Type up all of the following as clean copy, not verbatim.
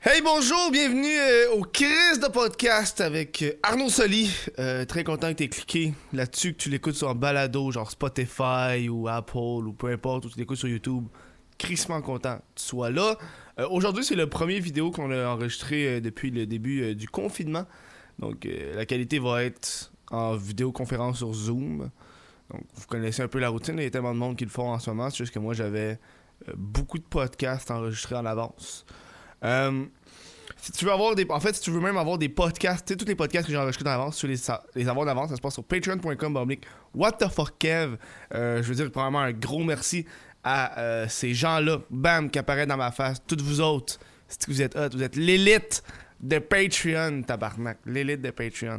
Hey, bonjour, bienvenue au Chris de podcast avec Arnaud Soli. Très content que tu aies cliqué là-dessus, que tu l'écoutes sur un balado, genre Spotify ou Apple ou peu importe, ou tu l'écoutes sur YouTube. Crissement content que tu sois là. Aujourd'hui, c'est le premier vidéo qu'on a enregistré depuis le début du confinement. Donc, la qualité va être en vidéoconférence sur Zoom. Donc, vous connaissez un peu la routine, il y a tellement de monde qui le font en ce moment. C'est juste que moi, j'avais beaucoup de podcasts enregistrés en avance. Si tu veux avoir des. En fait, si tu veux même avoir des podcasts, tu sais, tous les podcasts que j'ai enregistrés d'avance, tu veux les avoir d'avance, ça se passe sur patreon.com. What the fuck, Kev? Je veux dire, probablement un gros merci à ces gens-là, bam, qui apparaissent dans ma face. Toutes vous autres, si vous êtes hot, vous êtes l'élite de Patreon, tabarnak. L'élite de Patreon.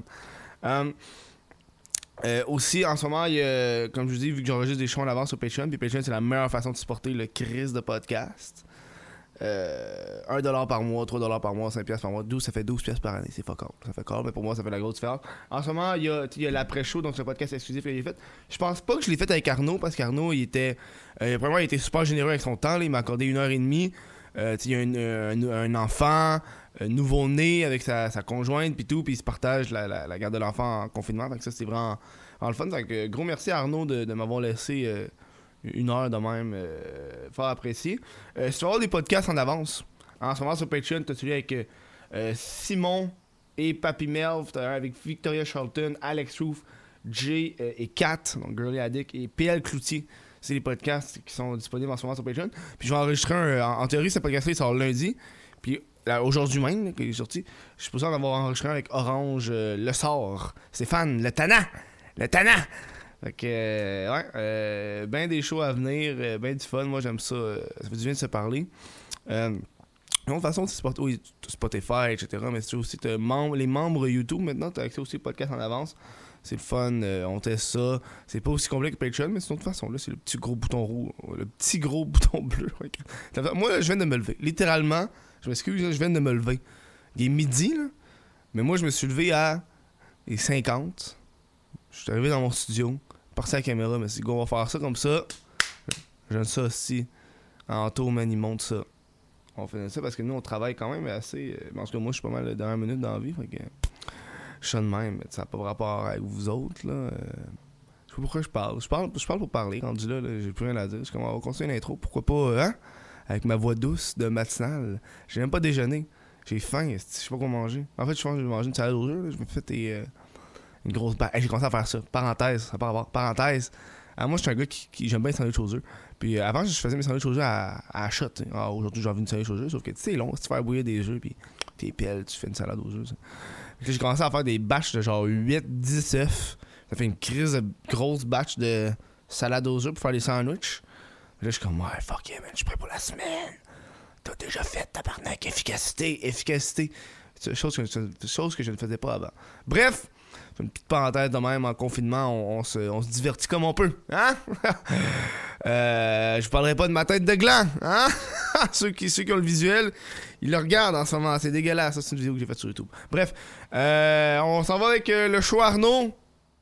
Aussi, en ce moment, il y a, comme je vous dis, vu que j'enregistre des shows en avance sur Patreon, puis Patreon, c'est la meilleure façon de supporter le Chris de podcast. 1$ par mois, 3$ par mois, 5$ par mois, 12, ça fait 12$ par année, c'est fuck all. Ça fait mais pour moi, ça fait la grosse différence. En ce moment, il y a l'après-show, donc c'est un podcast exclusif que j'ai fait. Je pense pas que je l'ai fait avec Arnaud, parce qu'Arnaud, il était super généreux avec son temps, là, il m'a accordé 1h30. Il y a un enfant nouveau-né avec sa conjointe, puis tout, puis il se partage la garde de l'enfant en confinement, donc ça, c'est vraiment le fun. Donc, gros merci à Arnaud de m'avoir laissé 1 heure de même, fort apprécié. Si tu veux avoir des podcasts en avance, en ce moment sur Patreon, tu as celui avec Simon et Papy Melv, tu as un avec Victoria Charlton, Alex Roof, Jay et Kat, donc Girly Addict, et PL Cloutier. C'est les podcasts qui sont disponibles en ce moment sur Patreon. Puis je vais enregistrer en théorie, ce podcast-là, il sort lundi. Puis là, aujourd'hui même, là, qu'il est sorti, je suis supposé en avoir enregistré un avec Orange, Le Sort, Stéphane, Le Tannant. Fait que, ben des shows à venir, ben du fun. Moi, j'aime ça. Ça fait du bien de se parler. De toute façon, c'est Spotify, etc. Mais c'est aussi les membres YouTube maintenant. Tu as accès aussi au podcast en avance. C'est le fun. On teste ça. C'est pas aussi complet que Patreon, mais de toute façon, là, c'est le petit gros bouton rouge. Le petit gros bouton bleu. Moi, là, je viens de me lever. Littéralement, je m'excuse, là, je viens de me lever. Il est midi, là. Mais moi, je me suis levé à 50. Je suis arrivé dans mon studio. Parti à la caméra, mais c'est go, on va faire ça comme ça. J'aime ça aussi. En tour, man, il monte ça. On fait ça parce que nous, on travaille quand même assez. Parce que moi, je suis pas mal de dernière minute dans la vie. Fait que je suis de même. Ça n'a pas rapport avec vous autres, là. Je sais pas pourquoi je parle. Je parle pour parler. Rendu là, j'ai plus rien à dire. Je suis comme, on va continuer l'intro. Pourquoi pas, hein? Avec ma voix douce de matinale. J'ai même pas déjeuné. J'ai faim. Je sais pas quoi manger. En fait, je pense que je vais manger une salade aux œufs. Je me fais une grosse barre. J'ai commencé à faire ça. Parenthèse. Ça part à voir. Parenthèse. Moi, je suis un gars qui j'aime bien les sandwichs aux œufs. Puis avant, je faisais mes sandwichs aux œufs à shot. Aujourd'hui, j'ai envie d'une sandwich aux œufs. Sauf que c'est long. Si tu fais bouillir des œufs, puis t'es pelles, tu fais une salade aux œufs. Puis j'ai commencé à faire des batchs de genre 8-10 œufs. Ça fait une crise de grosse batch de salade aux œufs pour faire des sandwichs. Puis là, je suis comme, ouais, fuck yeah, man, je suis prêt pour la semaine. T'as déjà fait, tabarnak. Efficacité. C'est chose que je ne faisais pas avant. Bref. C'est une petite parenthèse de même, en confinement, on se divertit comme on peut, hein? Je parlerai pas de ma tête de gland, hein? ceux qui ont le visuel, ils le regardent en ce moment, c'est dégueulasse, ça c'est une vidéo que j'ai faite sur YouTube. Bref, on s'en va avec le show Arnaud.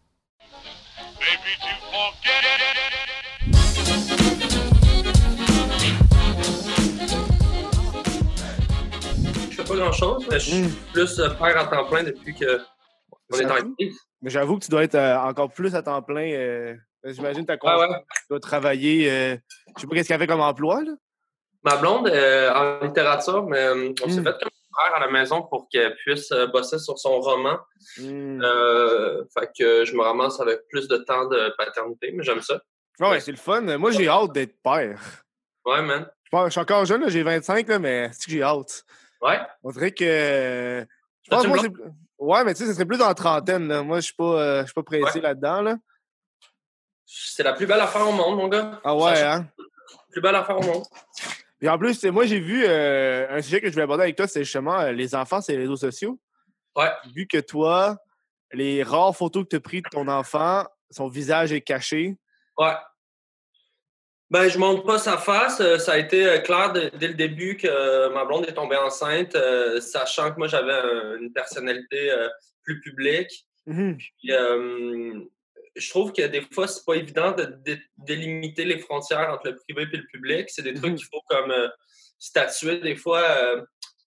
Je fais pas grand-chose, mais je suis plus père à temps plein depuis que on est en crise. Mais j'avoue que tu dois être encore plus à temps plein. J'imagine ta conjointe doit travailler. Je sais pas qu'est-ce qu'elle fait comme emploi, là. Ma blonde en littérature, mais on s'est fait comme frère à la maison pour qu'elle puisse bosser sur son roman. Fait que je me ramasse avec plus de temps de paternité, mais j'aime ça. Ouais, c'est le fun. Moi, j'ai hâte d'être père. Ouais, man. Je suis encore jeune, là, j'ai 25, là, mais c'est que j'ai hâte. Ouais. On dirait que. Je pense que moi, c'est. Ouais, mais tu sais, ça serait plus dans la trentaine, là. Moi, je suis pas pressé là-dedans, là. C'est la plus belle affaire au monde, mon gars. Ah ouais, hein? Plus belle affaire au monde. Puis en plus, moi, j'ai vu un sujet que je voulais aborder avec toi, c'est justement les enfants, c'est les réseaux sociaux. Ouais. Vu que toi, les rares photos que tu as prises de ton enfant, son visage est caché. Ouais. Ben, je montre pas sa face. Ça a été clair dès le début que ma blonde est tombée enceinte, sachant que moi, j'avais une personnalité plus publique. Mm-hmm. Puis, je trouve que des fois, c'est pas évident de délimiter les frontières entre le privé et le public. C'est des trucs qu'il faut comme statuer des fois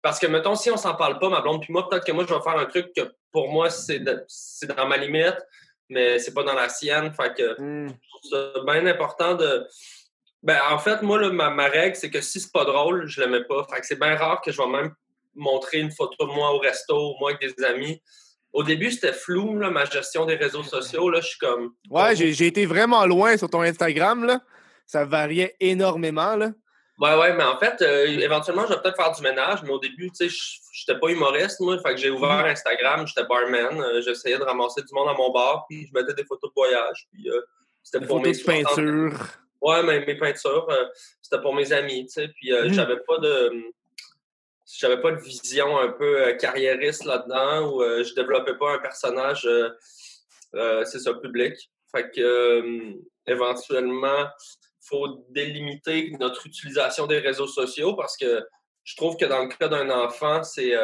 Parce que, mettons, si on s'en parle pas, ma blonde puis moi, peut-être que moi, je vais faire un truc que pour moi, c'est dans ma limite, mais c'est pas dans la sienne. Fait que je trouve ça bien important de... Ben, en fait, moi, là, ma règle, c'est que si c'est pas drôle, je le mets pas. Fait que c'est bien rare que je vais même montrer une photo de moi au resto, moi avec des amis. Au début, c'était flou, là, ma gestion des réseaux sociaux. Là, je suis comme... Ouais, j'ai été vraiment loin sur ton Instagram, là. Ça variait énormément, là. Ouais, mais en fait, éventuellement, je vais peut-être faire du ménage, mais au début, tu sais, j'étais pas humoriste, moi. Fait que j'ai ouvert Instagram, j'étais barman. J'essayais de ramasser du monde à mon bar, puis je mettais des photos de voyage. Puis c'était Des pour mes photos de peinture. Ouais, mais mes peintures, c'était pour mes amis, tu sais. Puis j'avais pas de vision un peu carriériste là-dedans, ou je développais pas un personnage, c'est ça, public. Fait que éventuellement, faut délimiter notre utilisation des réseaux sociaux parce que je trouve que dans le cas d'un enfant,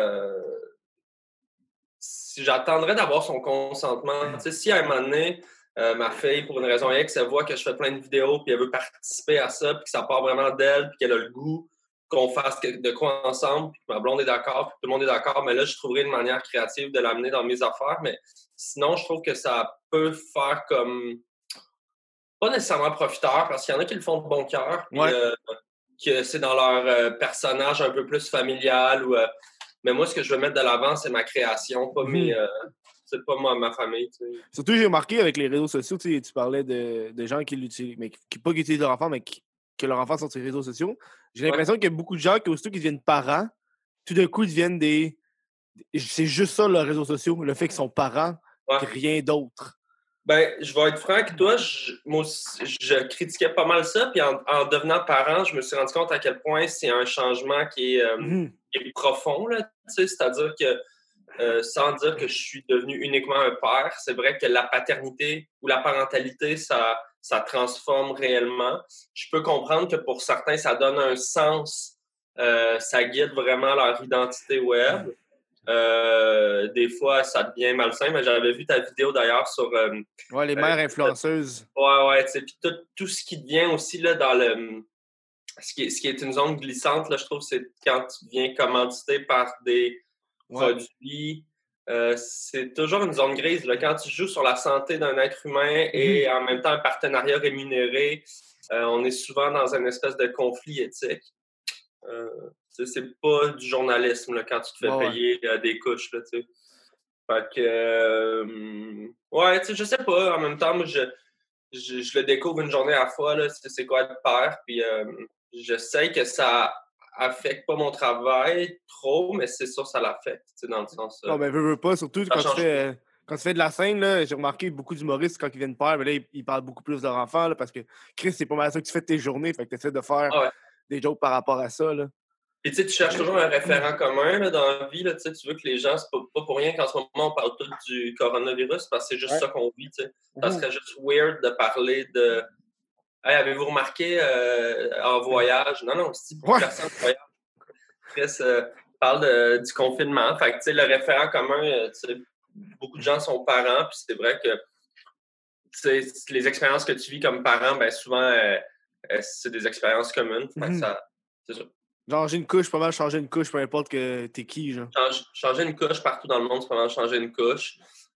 si j'attendrais d'avoir son consentement. Tu sais, si à un moment donné, ma fille, pour une raison X, elle voit que je fais plein de vidéos puis elle veut participer à ça puis que ça part vraiment d'elle puis qu'elle a le goût qu'on fasse de quoi ensemble puis que ma blonde est d'accord puis que tout le monde est d'accord, mais là, je trouverai une manière créative de l'amener dans mes affaires. Mais sinon, je trouve que ça peut faire comme... Pas nécessairement profiteur, parce qu'il y en a qui le font de bon cœur, puis que c'est dans leur personnage un peu plus familial. Mais moi, ce que je veux mettre de l'avant, c'est ma création, pas c'est pas ma famille. Tu sais. Surtout, j'ai remarqué avec les réseaux sociaux, tu parlais de gens qui l'utilisent, mais pas qui utilisent leur enfant, mais que leur enfant sont sur les réseaux sociaux. J'ai l'impression qu'il y a beaucoup de gens qui, aussitôt qu'ils deviennent parents, tout d'un coup, ils deviennent des... C'est juste ça, leurs réseaux sociaux, le fait qu'ils sont parents, rien d'autre. Ben, je vais être franc avec toi, moi aussi, je critiquais pas mal ça, puis en devenant parent, je me suis rendu compte à quel point c'est un changement qui est profond, là, tu sais, c'est-à-dire que sans dire que je suis devenu uniquement un père, c'est vrai que la paternité ou la parentalité, ça transforme réellement. Je peux comprendre que pour certains, ça donne un sens, ça guide vraiment leur identité web. Des fois, ça devient malsain, mais j'avais vu ta vidéo d'ailleurs sur... les mères influenceuses. Ouais, tu sais, puis tout ce qui devient aussi là, dans le... Ce qui est une zone glissante, là, je trouve, c'est quand tu viens commandité par des produits. C'est toujours une zone grise. Là, quand tu joues sur la santé d'un être humain et en même temps un partenariat rémunéré, on est souvent dans une espèce de conflit éthique. C'est pas du journalisme là, quand tu te fais payer des couches. Là, fait que, tu sais, je sais pas. En même temps, moi, je le découvre une journée à la fois. Là, c'est quoi être père. Puis je sais que ça affecte pas mon travail trop, mais c'est sûr que ça l'affecte, dans le sens... Non, mais veux pas. Surtout quand tu fais de la scène, là, j'ai remarqué beaucoup d'humoristes quand ils viennent père, mais là, ils parlent beaucoup plus de leur enfant là, parce que Chris, c'est pas mal ça que tu fais de tes journées. Fait que tu essaies de faire des jokes par rapport à ça. Là. Puis tu cherches toujours un référent commun là, dans la vie. Là, tu veux que les gens, c'est pas pour rien qu'en ce moment, on parle tous du coronavirus, parce que c'est juste ça qu'on vit. Ça serait juste weird de parler de... Hey, avez-vous remarqué en voyage? Non, c'est personne en voyage. Chris parle du confinement. Fait que, tu sais, le référent commun, beaucoup de gens sont parents, puis c'est vrai que les expériences que tu vis comme parent, ben souvent, c'est des expériences communes. Fait que c'est ça. Changer une couche, pas mal changer une couche, peu importe que t'es qui, genre. Changer une couche partout dans le monde, c'est pas mal changer une couche.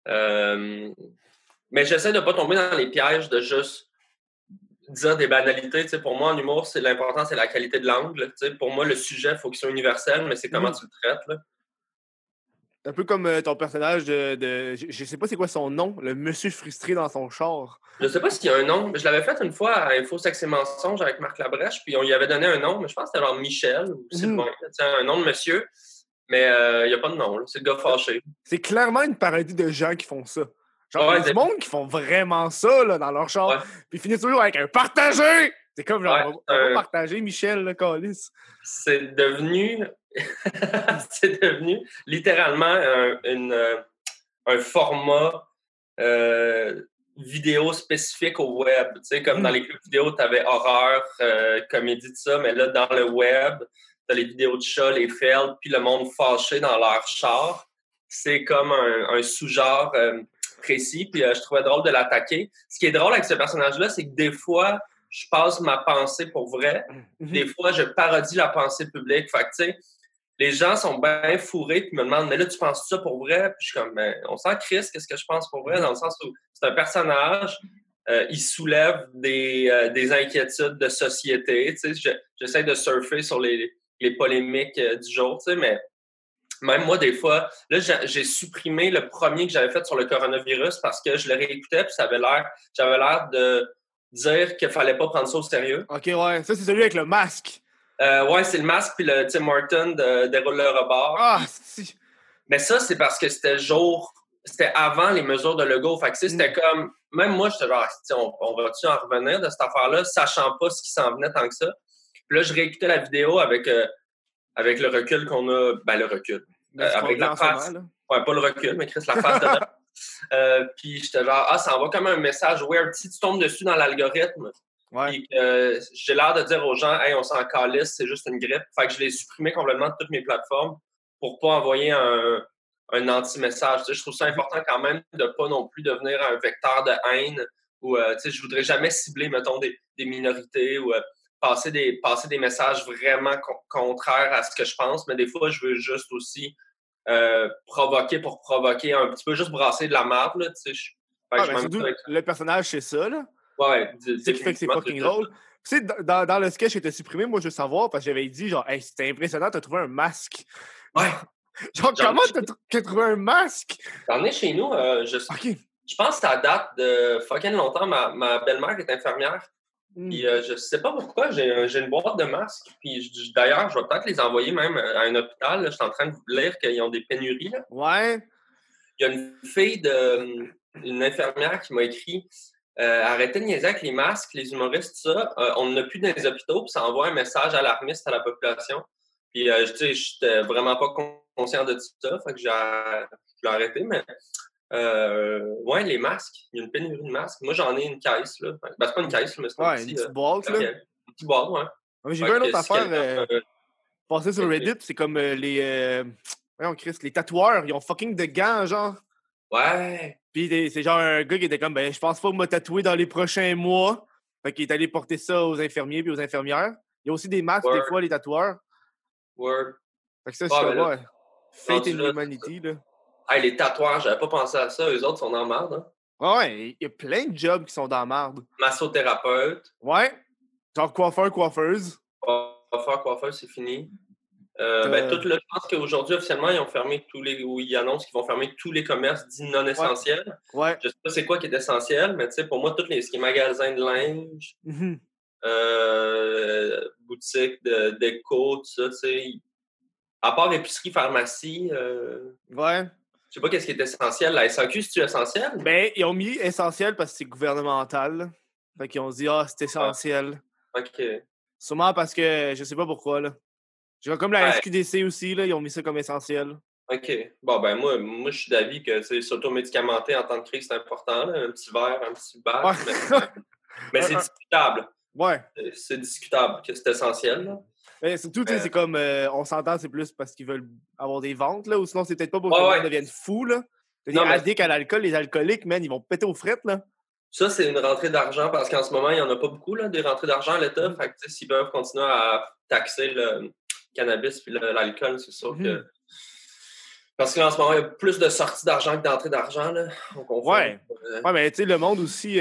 Mais j'essaie de pas tomber dans les pièges de juste dire des banalités. Tu sais, pour moi, en humour, l'important, c'est la qualité de l'angle. Tu sais, pour moi, le sujet, il faut qu'il soit universel, mais c'est comment tu le traites. Là. Un peu comme ton personnage de je sais pas c'est quoi son nom, le monsieur frustré dans son char. Je sais pas s'il y a un nom. Je l'avais fait une fois à Info Sexe et Mensonges avec Marc Labrèche, puis on lui avait donné un nom, mais je pense que c'était genre Michel ou Sylvain. Un nom de monsieur, mais il n'y a pas de nom. Là. C'est le gars fâché. C'est clairement une parodie de gens qui font ça. Genre, il y a du monde qui font vraiment ça là, dans leur char, puis ils finissent toujours avec un « partagé ». C'est comme genre, on va partager Michel, le calice. C'est devenu littéralement un format vidéo spécifique au web. Tu sais, comme dans les clubs vidéo, tu avais horreur, comédie, tout ça, mais là, dans le web, tu as les vidéos de chats, les fails, puis le monde fâché dans leur char. C'est comme un sous-genre précis, puis je trouvais drôle de l'attaquer. Ce qui est drôle avec ce personnage-là, c'est que des fois, je passe ma pensée pour vrai. Des fois, je parodie la pensée publique. Fait que, tu sais, les gens sont bien fourrés puis me demandent, mais là, tu penses ça pour vrai? Puis je suis comme, ben, on s'en crisse, qu'est-ce que je pense pour vrai? Dans le sens où c'est un personnage, il soulève des inquiétudes de société. Tu sais, j'essaie de surfer sur les polémiques du jour, tu sais, mais même moi, des fois, là, j'ai supprimé le premier que j'avais fait sur le coronavirus parce que je le réécoutais puis j'avais l'air de dire qu'il fallait pas prendre ça au sérieux. OK, ouais. Ça, c'est celui avec le masque. Ouais, c'est le masque puis le Tim Horton de Déroule le rebord. Ah, si. Mais ça, c'est parce que c'était avant les mesures de Legault. Fait que, c'était comme, même moi, j'étais genre, on va-tu en revenir de cette affaire-là, sachant pas ce qui s'en venait tant que ça. Puis là, je réécoutais la vidéo avec le recul qu'on a, ben le recul. Avec la face. Ouais, pas le recul, mais Chris, la face de puis j'étais genre, ça envoie comme un message weird. Si tu tombes dessus dans l'algorithme, puis j'ai l'air de dire aux gens, hey, on s'en calisse, c'est juste une grippe. Fait que je l'ai supprimé complètement de toutes mes plateformes pour pas envoyer un anti-message. Tu sais, je trouve ça important quand même de pas non plus devenir un vecteur de haine ou, tu sais, je voudrais jamais cibler, mettons, des minorités ou passer des messages vraiment contraires à ce que je pense, mais des fois, je veux juste aussi provoquer pour provoquer, un petit peu juste brasser de la merde, là, tu sais. Surtout, le personnage, c'est ça, là. Ouais, c'est qui fait que c'est fucking drôle. Tu sais, dans le sketch qui était supprimé, moi, je veux savoir, parce que j'avais dit, genre, hey, c'était impressionnant, t'as trouvé un masque. Ouais. Genre, comment t'as trouvé un masque? J'en ai chez nous, je pense que ça date de fucking longtemps. Ma belle-mère est infirmière. Puis je sais pas pourquoi, j'ai une boîte de masques. Puis d'ailleurs, je vais peut-être les envoyer même à un hôpital. Là. Je suis en train de lire qu'ils ont des pénuries. Là. Ouais. Il y a une fille une infirmière qui m'a écrit arrêtez de niaiser avec les masques, les humoristes, tout ça. On n'en a plus dans les hôpitaux, puis ça envoie un message alarmiste à la population. Puis je n'étais vraiment pas conscient de tout ça. Fait que je l'ai arrêté, mais ouais, les masques. Il y a une pénurie de masques. Moi, j'en ai une caisse, là. Ben, c'est pas une caisse, mais c'est un petit... une petite boîte, là. Une petite boîte, ouais. J'ai vu une autre affaire passer sur Reddit, c'est comme voyons, Chris, les tatoueurs, ils ont fucking de gants, genre. Ouais. Puis c'est genre un gars qui était comme, ben, je pense pas me tatouer dans les prochains mois. Fait qu'il est allé porter ça aux infirmiers puis aux infirmières. Il y a aussi des masques, des fois, les tatoueurs. Word. Fait que ça, c'est comme, ouais. Fate in humanity, là. Hey, les tatoueurs, j'avais pas pensé à ça. Eux autres sont dans la merde, hein. Ouais, il y a plein de jobs qui sont dans la merde. Massothérapeute. Ouais. Genre coiffeur, coiffeuse. Coiffeuse, c'est fini. Ben, tout je pense qu'aujourd'hui, officiellement, ils ont fermé où ils annoncent qu'ils vont fermer tous les commerces dits non essentiels. Ouais. Je sais pas c'est quoi qui est essentiel, mais tu sais, pour moi, tous ce qui est magasins de linge, boutiques d'éco, tout ça, tu sais, à part épicerie, pharmacie, ouais. Je sais pas qu'est-ce qui est essentiel. La SAQ, c'est-tu essentiel? Ben, ils ont mis essentiel parce que c'est gouvernemental. Fait qu'ils ont dit, c'est essentiel. OK. Sûrement parce que je sais pas pourquoi, là. Genre comme la SQDC aussi, là, ils ont mis ça comme essentiel. OK. Bon, ben moi je suis d'avis que s'automédicamenter en temps de crise, c'est important. Là. Un petit verre, un petit bac. Mais c'est discutable. Ouais. C'est discutable que c'est essentiel. Là. Mais surtout, c'est comme, on s'entend, c'est plus parce qu'ils veulent avoir des ventes, là, ou sinon c'est peut-être pas pour que les gens deviennent fous, là. Les addicts à l'alcool, les alcooliques, man, ils vont péter aux frettes, là. Ça, c'est une rentrée d'argent parce qu'en ce moment, il n'y en a pas beaucoup, là, des rentrées d'argent à l'État. Fait que, s'ils peuvent continuer à taxer le cannabis puis l'alcool, c'est sûr que... Parce qu'en ce moment, il y a plus de sorties d'argent que d'entrées d'argent, là. Ouais, mais tu sais, le monde aussi...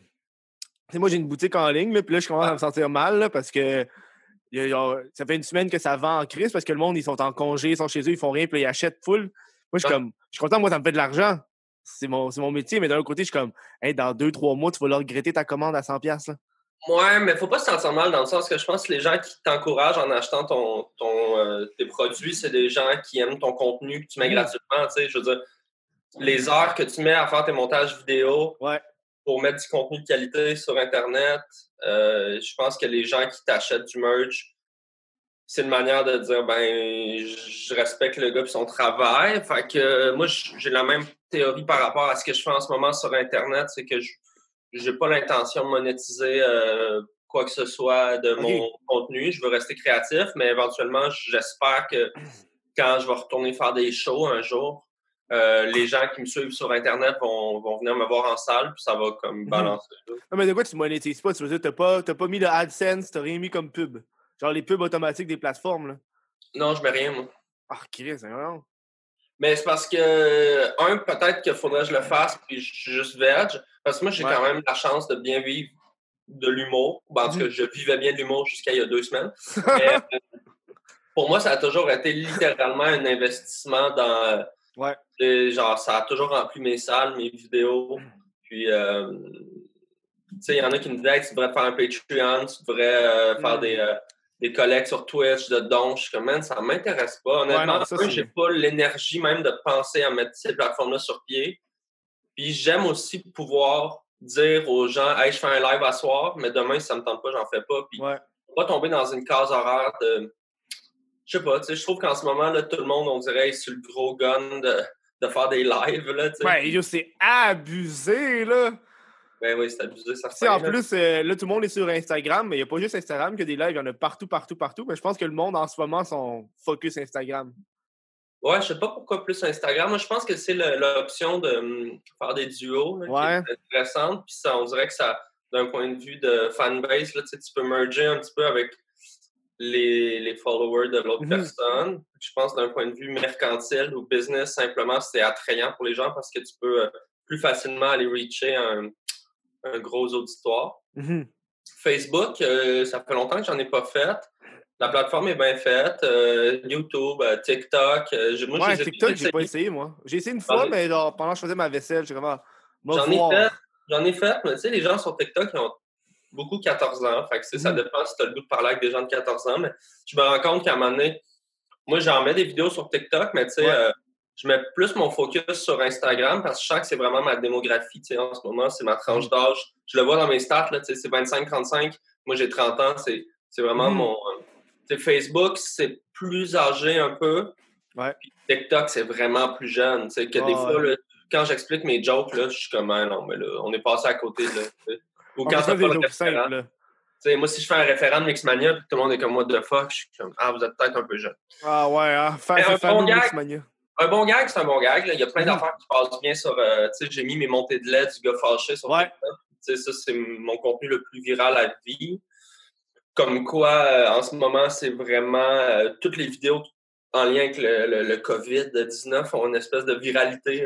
moi, j'ai une boutique en ligne, là, puis là, je commence à me sentir mal, là, parce que ça fait une semaine que ça vend en crise parce que le monde, ils sont en congé, ils sont chez eux, ils font rien, puis ils achètent full. Moi, je suis content, moi, ça me fait de l'argent. C'est mon métier, mais d'un côté, je suis comme, hey, dans 2-3 mois, tu vas leur regretter ta commande à 100$. Là. Ouais, mais faut pas se sentir mal dans le sens que je pense que les gens qui t'encouragent en achetant tes produits, c'est des gens qui aiment ton contenu que tu mets gratuitement. Tu sais, je veux dire, les heures que tu mets à faire tes montages vidéo pour mettre du contenu de qualité sur Internet, je pense que les gens qui t'achètent du merch, c'est une manière de dire, ben, je respecte le gars et son travail. Fait que moi, j'ai la même théorie par rapport à ce que je fais en ce moment sur Internet, c'est que j'ai pas l'intention de monétiser quoi que ce soit de mon contenu. Je veux rester créatif, mais éventuellement, j'espère que quand je vais retourner faire des shows un jour, les gens qui me suivent sur Internet vont venir me voir en salle, puis ça va comme balancer. Non, mais de quoi tu monétises pas? Tu veux dire, t'as pas mis le AdSense, t'as rien mis comme pub. Genre les pubs automatiques des plateformes, là. Non, je mets rien, moi. Ah, Chris, c'est vraiment... Mais c'est parce que, peut-être qu'il faudrait que je le fasse, puis je suis juste veg. Parce que moi, j'ai quand même la chance de bien vivre de l'humour. Ben, en tout cas, je vivais bien de l'humour jusqu'à il y a 2 semaines. Mais pour moi, ça a toujours été littéralement un investissement dans... genre, ça a toujours rempli mes salles, mes vidéos. Puis, tu sais, il y en a qui me disaient que tu devrais faire un Patreon, tu devrais faire des collectes sur Twitch, de dons. Je suis comme, man, ça m'intéresse pas. Honnêtement, j'ai pas l'énergie même de penser à mettre ces plateformes-là sur pied. Puis j'aime aussi pouvoir dire aux gens, hey, je fais un live à soir, mais demain, si ça me tente pas, j'en fais pas. Puis pas tomber dans une case horaire de... Je sais pas, tu sais, je trouve qu'en ce moment, là, tout le monde, on dirait, est sur le gros gun de faire des lives, là, tu sais. Ouais, c'est abusé, là! Ben oui, c'est abusé, ça fait. En plus, là, tout le monde est sur Instagram, mais il n'y a pas juste Instagram qu'il y a des lives, il y en a partout. Mais je pense que le monde, en ce moment, sont focus Instagram. Ouais, je sais pas pourquoi plus Instagram. Moi, je pense que c'est l'option de faire des duos là, qui est intéressante. Puis ça, on dirait que ça, d'un point de vue de fanbase, là, tu peux merger un petit peu avec les followers de l'autre personne. Je pense d'un point de vue mercantile ou business, simplement, c'est attrayant pour les gens parce que tu peux plus facilement aller reacher un gros auditoire. Facebook, ça fait longtemps que j'en ai pas fait. La plateforme est bien faite. YouTube, TikTok. TikTok, j'ai pas essayé, moi. J'ai essayé une fois, mais genre, pendant que je faisais ma vaisselle, j'ai vraiment... J'en ai fait, mais tu sais, les gens sur TikTok, ils ont beaucoup 14 ans. Fait que ça dépend si tu as le goût de parler avec des gens de 14 ans. Mais je me rends compte qu'à un moment donné, moi, j'en mets des vidéos sur TikTok, mais tu sais, je mets plus mon focus sur Instagram parce que je sens que c'est vraiment ma démographie. Tu sais, en ce moment, c'est ma tranche d'âge. Je le vois dans mes stats, là, tu sais, c'est 25-35. Moi, j'ai 30 ans. C'est vraiment mon... Facebook, c'est plus âgé un peu. Puis TikTok, c'est vraiment plus jeune. Que des fois, là, quand j'explique mes jokes, là, je suis comme, non, mais là, on est passé à côté. Là, ou quand t'as pas le référent. Moi, si je fais un référent de Mixmania, puis tout le monde est comme, what the fuck, je suis comme, vous êtes peut-être un peu jeune. Ah ouais, Mixmania. Un bon gag, c'est un bon gag. Là. Il y a plein d'affaires qui passent bien sur... j'ai mis mes montées de lait du gars fâché sur TikTok. Ça, c'est mon contenu le plus viral à vie. Comme quoi, en ce moment, c'est vraiment... toutes les vidéos en lien avec le COVID-19 ont une espèce de viralité.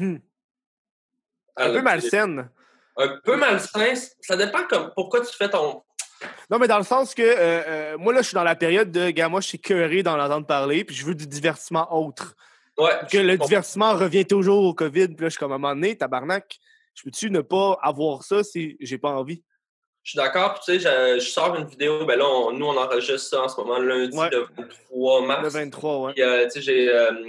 Un peu malsaine. Un peu malsain. Ça dépend pourquoi tu fais ton... Non, mais dans le sens que moi, là, je suis dans la période de... Gars, moi, je suis écœuré d'en entendre parler, puis je veux du divertissement autre. Que le divertissement revient toujours au COVID, puis là, je suis comme à un moment donné, tabarnak, je peux-tu ne pas avoir ça si j'ai pas envie? Je suis d'accord, puis tu sais, je sors une vidéo, ben là, nous, on enregistre ça en ce moment, lundi, le 23 mars. Le 23, puis, tu sais,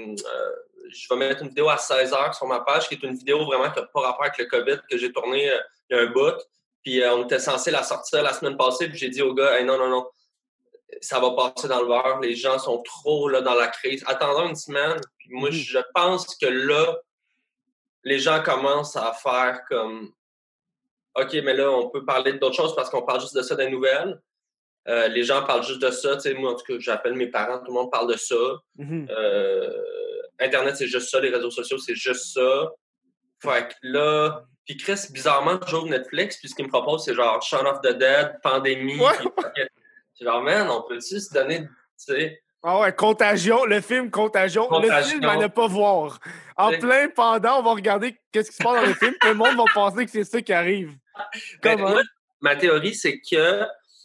je vais mettre une vidéo à 16h sur ma page, qui est une vidéo vraiment qui n'a pas rapport avec le COVID, que j'ai tournée il y a un bout. Puis on était censé la sortir la semaine passée, puis j'ai dit au gars, hey, non, ça va passer dans le beurre, les gens sont trop là dans la crise. Attendons une semaine, puis moi, je pense que là, les gens commencent à faire comme, OK, mais là, on peut parler d'autres choses parce qu'on parle juste de ça des nouvelles. Les gens parlent juste de ça. Tu sais, moi, en tout cas, j'appelle mes parents, tout le monde parle de ça. Internet, c'est juste ça. Les réseaux sociaux, c'est juste ça. Fait que là... Puis Chris, bizarrement, j'ouvre Netflix, puis ce qu'il me propose, c'est genre Shaun of the Dead, Pandémie. C'est genre, man, on peut-tu se donner... Tu sais... Ah ouais, Contagion, le film Contagion. Le film à ne pas voir. En plein pendant, on va regarder qu'est-ce qui se passe dans le film. Tout le monde va penser que c'est ça qui arrive. Moi, ma théorie, c'est que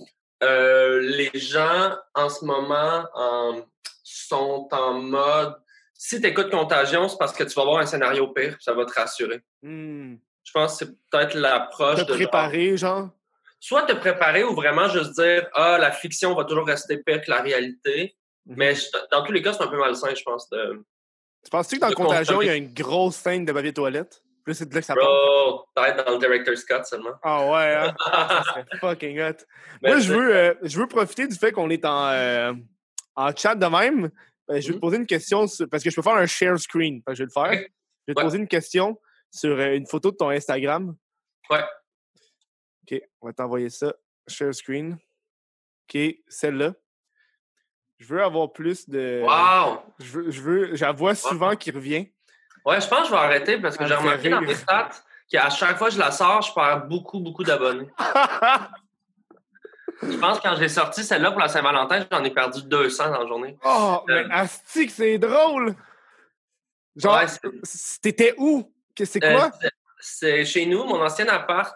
les gens, en ce moment, sont en mode... Si tu écoutes Contagion, c'est parce que tu vas voir un scénario pire, ça va te rassurer. Je pense que c'est peut-être l'approche de... Te préparer, genre? Soit te préparer ou vraiment juste dire « Ah, la fiction va toujours rester pire que la réalité. » Mais dans tous les cas, c'est un peu malsain, je pense. Tu penses-tu que dans Contagion, il y a une grosse scène de papier toilette? Plus c'est de là que ça part. Peut-être dans le Director's Cut seulement. Ah ouais, hein? Ça serait fucking hot. Moi, je veux profiter du fait qu'on est en chat de même. Je vais te poser une question, parce que je peux faire un share screen. Je vais le faire. Je vais te poser une question sur une photo de ton Instagram. Ouais. OK, on va t'envoyer ça. Share screen. OK, celle-là. Je veux avoir plus de... Wow! J'en vois souvent qui revient. Ouais, je pense que je vais arrêter parce que j'ai remarqué dans mes stats qu'à chaque fois que je la sors, je perds beaucoup, beaucoup d'abonnés. Je pense que quand j'ai sorti celle-là pour la Saint-Valentin, j'en ai perdu 200 dans la journée. Oh, mais asti que c'est drôle! Genre, Ouais, t'étais où? C'est quoi? C'est chez nous, mon ancien appart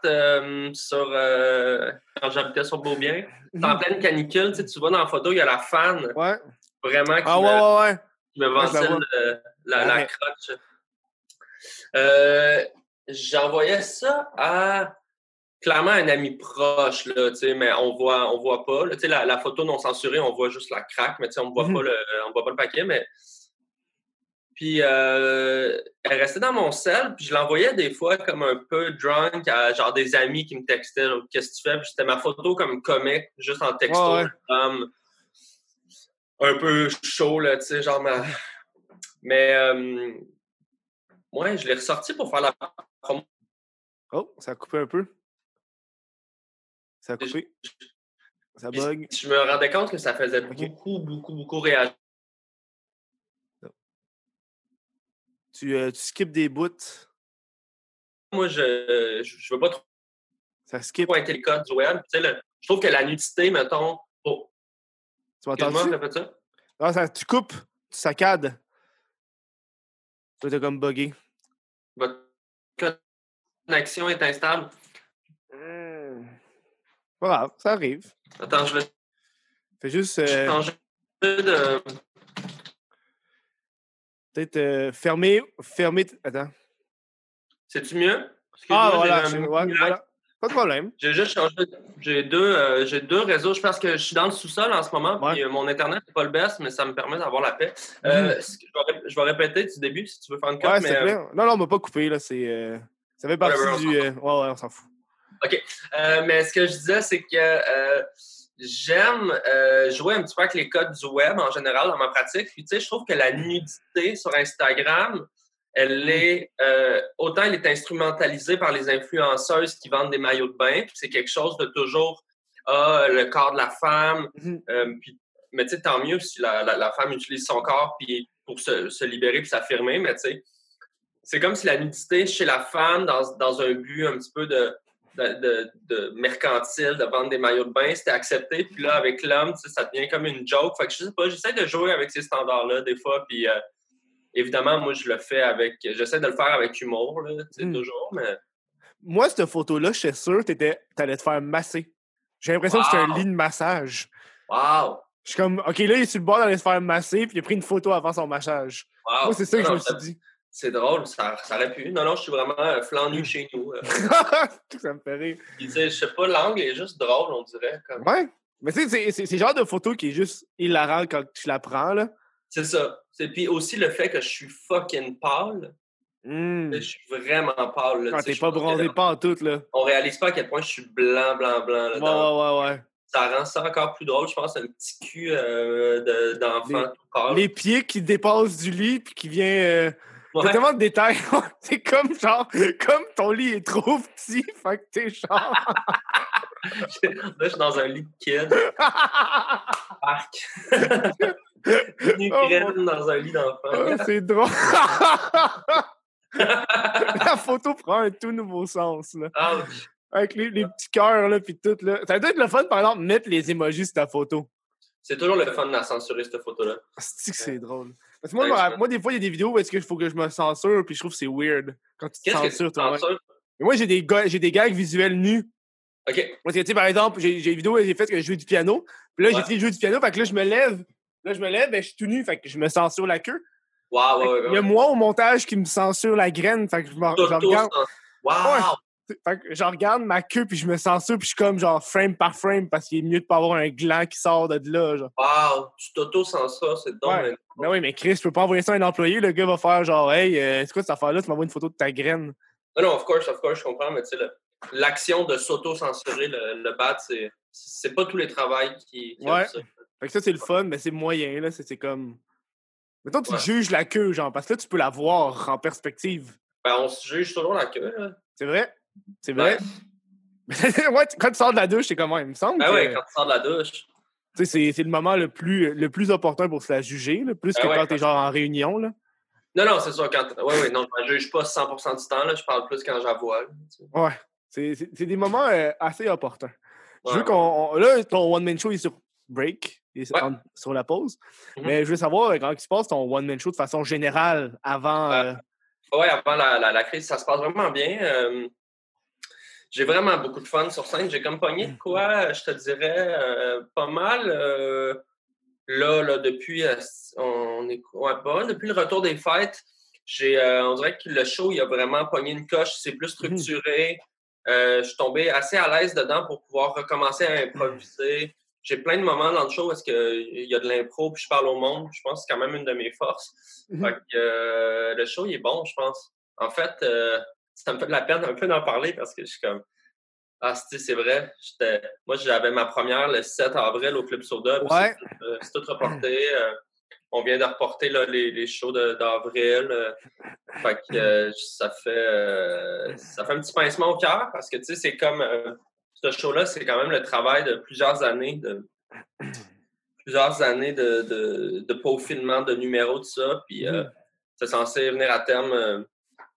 quand j'habitais sur Beaubien. C'est en pleine canicule, tu vois dans la photo, il y a la fan Ouais. vraiment qui ouais. me ventile la croche. J'envoyais ça à clairement un ami proche, là, mais on voit pas. Là, la photo non censurée, on voit juste la craque, mais on voit on voit pas le paquet, mais. Puis elle restait dans mon sel, puis je l'envoyais des fois comme un peu drunk à genre des amis qui me textaient genre, qu'est-ce que tu fais? Puis c'était ma photo comme comique, juste en texto, un peu chaud, là, tu sais, genre Mais ouais, je l'ai ressorti pour faire la promo. Oh, ça a coupé un peu. Ça a coupé. Ça bug. Je me rendais compte que ça faisait beaucoup réagir. Tu skippes des bouts. Moi, je veux pas trop pointer le code du web. Je trouve que la nudité, mettons... Oh. Tu m'entends-tu? Répète ça? Non, tu coupes, tu saccades. Tu t'es comme buggé. Votre connexion est instable. Pas grave, ça arrive. Attends, je vais... Fais juste... changer de... Peut-être fermer... Attends. C'est-tu mieux? Voilà. Voilà. Pas de problème. J'ai juste changé. J'ai deux réseaux. Je pense que je suis dans le sous-sol en ce moment, puis mon Internet n'est pas le best, mais ça me permet d'avoir la paix. Je vais répéter du début si tu veux faire une cote. S'il te plaît. Non, on m'a pas coupé. Là, ça fait partie du... Ouais, on s'en fout. OK. Mais ce que je disais, c'est que j'aime jouer un petit peu avec les codes du web en général dans ma pratique. Puis, je trouve que la nudité sur Instagram, elle est autant elle est instrumentalisée par les influenceuses qui vendent des maillots de bain. Puis c'est quelque chose de toujours le corps de la femme. Mais tant mieux si la femme utilise son corps puis pour se libérer puis s'affirmer. Mais c'est comme si la nudité chez la femme dans un but un petit peu de mercantile, de vendre des maillots de bain, c'était accepté. Puis là, avec l'homme, ça devient comme une joke. Fait que je sais pas, j'essaie de jouer avec ces standards-là des fois. Puis évidemment, moi, j'essaie de le faire avec humour, là, toujours, mais... Moi, cette photo-là, je suis sûr que t'allais te faire masser. J'ai l'impression que c'était un lit de massage. Wow! Je suis comme, OK, là, il est sur le bord d'aller se faire masser, puis il a pris une photo avant son massage. Wow. Moi, c'est ça que je me suis dit. C'est drôle, ça aurait pu. Non, je suis vraiment flanc nu chez nous. Ça me fait rire. Puis, je sais pas, l'angle est juste drôle, on dirait. Comme... Ouais. Mais tu sais, c'est le genre de photo qui est juste hilarant quand tu la prends, là. C'est ça. Puis aussi le fait que je suis fucking pâle. Je suis vraiment pâle. Quand t'es pas bronzé pas en tout, là. On réalise pas à quel point je suis blanc. Là, ouais. Ça rend ça encore plus drôle, je pense, un petit cul d'enfant tout pâle. Les pieds qui dépassent du lit puis qui vient... T'as tellement de détails. C'est comme ton lit est trop petit, fait que t'es genre... Là, je suis dans un lit de kid. Parc. Dans un lit d'enfant. C'est drôle. La photo prend un tout nouveau sens, là. Ouch. Avec les petits cœurs, là, puis tout, là. Ça doit être le fun, par exemple, mettre les emojis sur ta photo. C'est toujours le fun de la censurer, cette photo-là. C'est drôle. Parce que moi, des fois, il y a des vidéos où est-ce qu'il faut que je me censure, puis je trouve que c'est weird quand tu te censures toi-même. Mais moi, j'ai des gags visuels nus. OK. Parce que, tu sais, par exemple, j'ai une vidéo où j'ai fait que je joue du piano. Puis là, j'ai fait jouer du piano, fait que là, je me lève. Ben, je suis tout nu, fait que je me censure la queue. Wow. Il y a moi au montage qui me censure la graine, fait que je regarde. Wow! Ouais. Fait que je regarde ma queue, puis je me censure, puis je suis comme genre frame par frame, parce qu'il est mieux de pas avoir un gland qui sort de là. Genre. Wow! Tu t'auto-censures, c'est drôle. Ouais. Ben oui, mais Chris, je peux pas envoyer ça à un employé. Le gars va faire genre, hey, c'est quoi cette affaire-là? Tu m'envoies une photo de ta graine. Non, of course, je comprends, mais tu sais, l'action de s'auto-censurer le bat, c'est pas tous les travails qui ouais. Ça. Fait que ça, c'est le fun, mais c'est moyen, là. C'est comme. Mettons, tu juges la queue, genre, parce que là, tu peux la voir en perspective. Ben, on se juge toujours la queue, là. C'est vrai? C'est vrai? Ouais, quand tu sors de la douche, c'est comment? Il me semble. Ben oui, quand tu sors de la douche. Tu sais, c'est le moment le plus opportun pour se la juger, là, plus que quand t'es genre en réunion, là. Non, c'est sûr. Oui, non, je ne juge pas 100% du temps, là. Je parle plus quand j'avoue. Ouais. C'est des moments assez opportuns. Je veux là, ton one-man show est sur break, sur la pause. Mais je veux savoir comment il se passe ton one-man show de façon générale avant... Oui, avant la crise, ça se passe vraiment bien. J'ai vraiment beaucoup de fun sur scène. J'ai comme pogné de quoi, je te dirais, pas mal. Là, depuis, depuis le retour des fêtes, on dirait que le show, il a vraiment pogné une coche. C'est plus structuré. Je suis tombé assez à l'aise dedans pour pouvoir recommencer à improviser. J'ai plein de moments dans le show où il y a de l'impro puis je parle au monde. Je pense que c'est quand même une de mes forces. Fait que, le show, il est bon, je pense. En fait, ça me fait de la peine un peu d'en parler parce que je suis comme... Ah, c'est vrai. Moi, j'avais ma première le 7 avril au Club Soda. C'est tout reporté. On vient de reporter là, les shows d'avril. Fait que ça fait un petit pincement au cœur parce que, tu sais, c'est comme... ce show-là, c'est quand même le travail de plusieurs années de peaufinement, de numéros, tout ça. Puis c'est censé venir à terme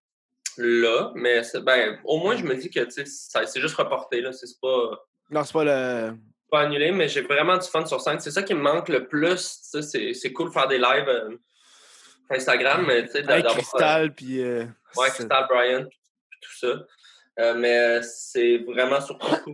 là. Mais au moins, je me dis que c'est juste reporté. Là. C'est pas... Non, c'est pas le... pas annulé, mais j'ai vraiment du fun sur scène. C'est ça qui me manque le plus. C'est cool de faire des lives Instagram, mais tu sais, avec Crystal, puis... ouais, Crystal, Brian, puis tout ça. Mais c'est vraiment surtout cool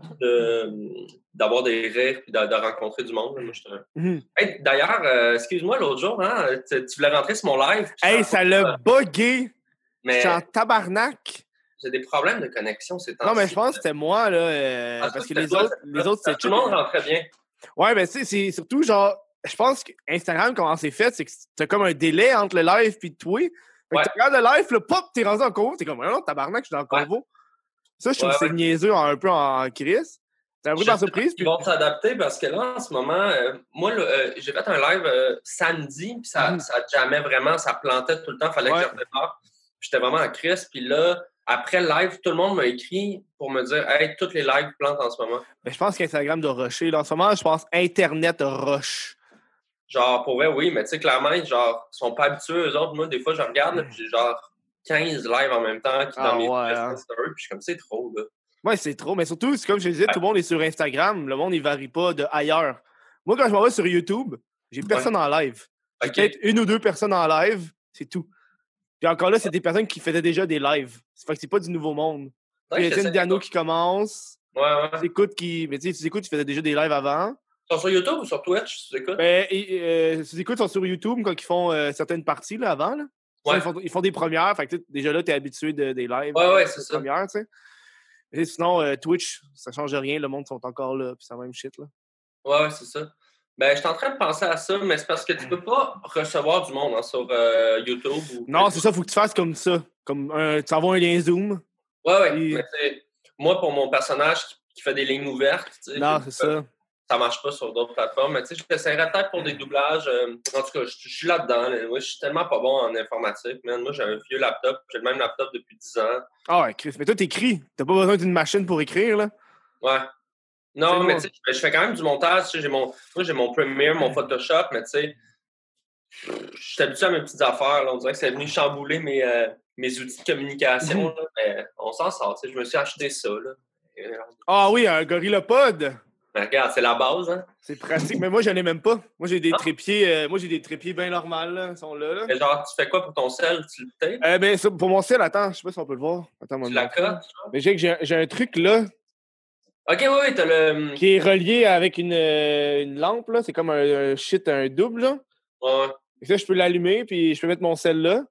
d'avoir des rires et de rencontrer du monde. Moi, hey, d'ailleurs, excuse-moi, l'autre jour, hein, tu voulais rentrer sur mon live. Hey, ça l'a bugué! Mais... Je suis en tabarnak! J'ai des problèmes de connexion ces temps-ci. Non, mais je pense que c'était moi, là, parce que les autres, c'est... Tout le monde rentrait bien. Ouais, mais tu sais, c'est surtout genre... Je pense qu'Instagram, comment c'est fait, c'est que t'as comme un délai entre le live et toi. Fait que tu regardes le live, là, pop, t'es rendu en convo. T'es comme, non, tabarnak, je suis dans le convo. Ça, je trouve que c'est niaiseux un peu en crise. C'est un peu par surprise. Ils vont s'adapter parce que là, en ce moment, moi, j'ai fait un live samedi, puis ça jammait vraiment, ça plantait tout le temps, fallait que je redémarre. J'étais vraiment en crise, puis là, après le live, tout le monde m'a écrit pour me dire « Hey, tous les lives plantent en ce moment. » Mais je pense qu'Instagram doit rusher. Là, en ce moment, je pense Internet rush. Genre, pour vrai, oui, mais tu sais, clairement, genre, ils sont pas habitués, eux autres. Moi, des fois, je regarde, puis j'ai genre 15 lives en même temps qui dans mes stories, puis je suis comme, c'est trop, là. Ouais, c'est trop, mais surtout, c'est comme je disais, tout le monde est sur Instagram. Le monde, il varie pas de ailleurs. Moi, quand je m'en vais sur YouTube, j'ai personne en live. J'ai peut-être une ou deux personnes en live, c'est tout. Puis encore là, c'est des personnes qui faisaient déjà des lives. Ça fait que c'est pas du nouveau monde. Puis il y a Diano qui commence. Ouais. Tu écoutes mais tu sais, tu faisais déjà des lives avant. Ils sont sur YouTube ou sur Twitch, tu écoutes? Ben, tu écoutes, ils sont sur YouTube quand ils font certaines parties là, avant. Là. Ouais. Ils font des premières. Fait que déjà là, tu es habitué des lives. Ouais, c'est ça. Premières, tu sais. Et sinon, Twitch, ça change rien. Le monde sont encore là. Puis c'est la même shit. Là. Ouais, c'est ça. Ben, je suis en train de penser à ça, mais c'est parce que tu peux pas recevoir du monde sur YouTube. Non, c'est ça. Faut que tu fasses comme ça. Comme tu envoies un lien Zoom. Ouais. Mais moi, pour mon personnage qui fait des lignes ouvertes, non, c'est ça. Ça marche pas sur d'autres plateformes. Mais tu sais, j'essaierais peut-être pour des doublages. En tout cas, je suis là-dedans. Là. Moi, je suis tellement pas bon en informatique. Man. Moi, j'ai un vieux laptop. J'ai le même laptop depuis 10 ans. Ah ouais, Chris. Mais toi, t'écris. T'as pas besoin d'une machine pour écrire, là? Ouais. Non, mais tu sais, je fais quand même du montage. Tu sais, moi, j'ai mon Premiere, mon Photoshop, mais tu sais, je suis habitué à mes petites affaires. Là. On dirait que c'est venu chambouler mes outils de communication. Là, mais on s'en sort. Tu sais, je me suis acheté ça. Là. Ah oui, un GorillaPod. Mais regarde, c'est la base, hein? C'est pratique, mais moi, j'en ai même pas. Moi, j'ai des trépieds. Moi, j'ai des trépieds bien normales, là. Ils sont là. Mais genre, tu fais quoi pour ton sel? Tu le tapes? Ben, pour mon sel, attends, je sais pas si on peut le voir. Attends, tu la cotes? Mais j'ai un truc là. Ok, oui, t'as le. Qui est relié avec une lampe, là. C'est comme un double, là. Ouais. Et ça, je peux l'allumer, puis je peux mettre mon sel là.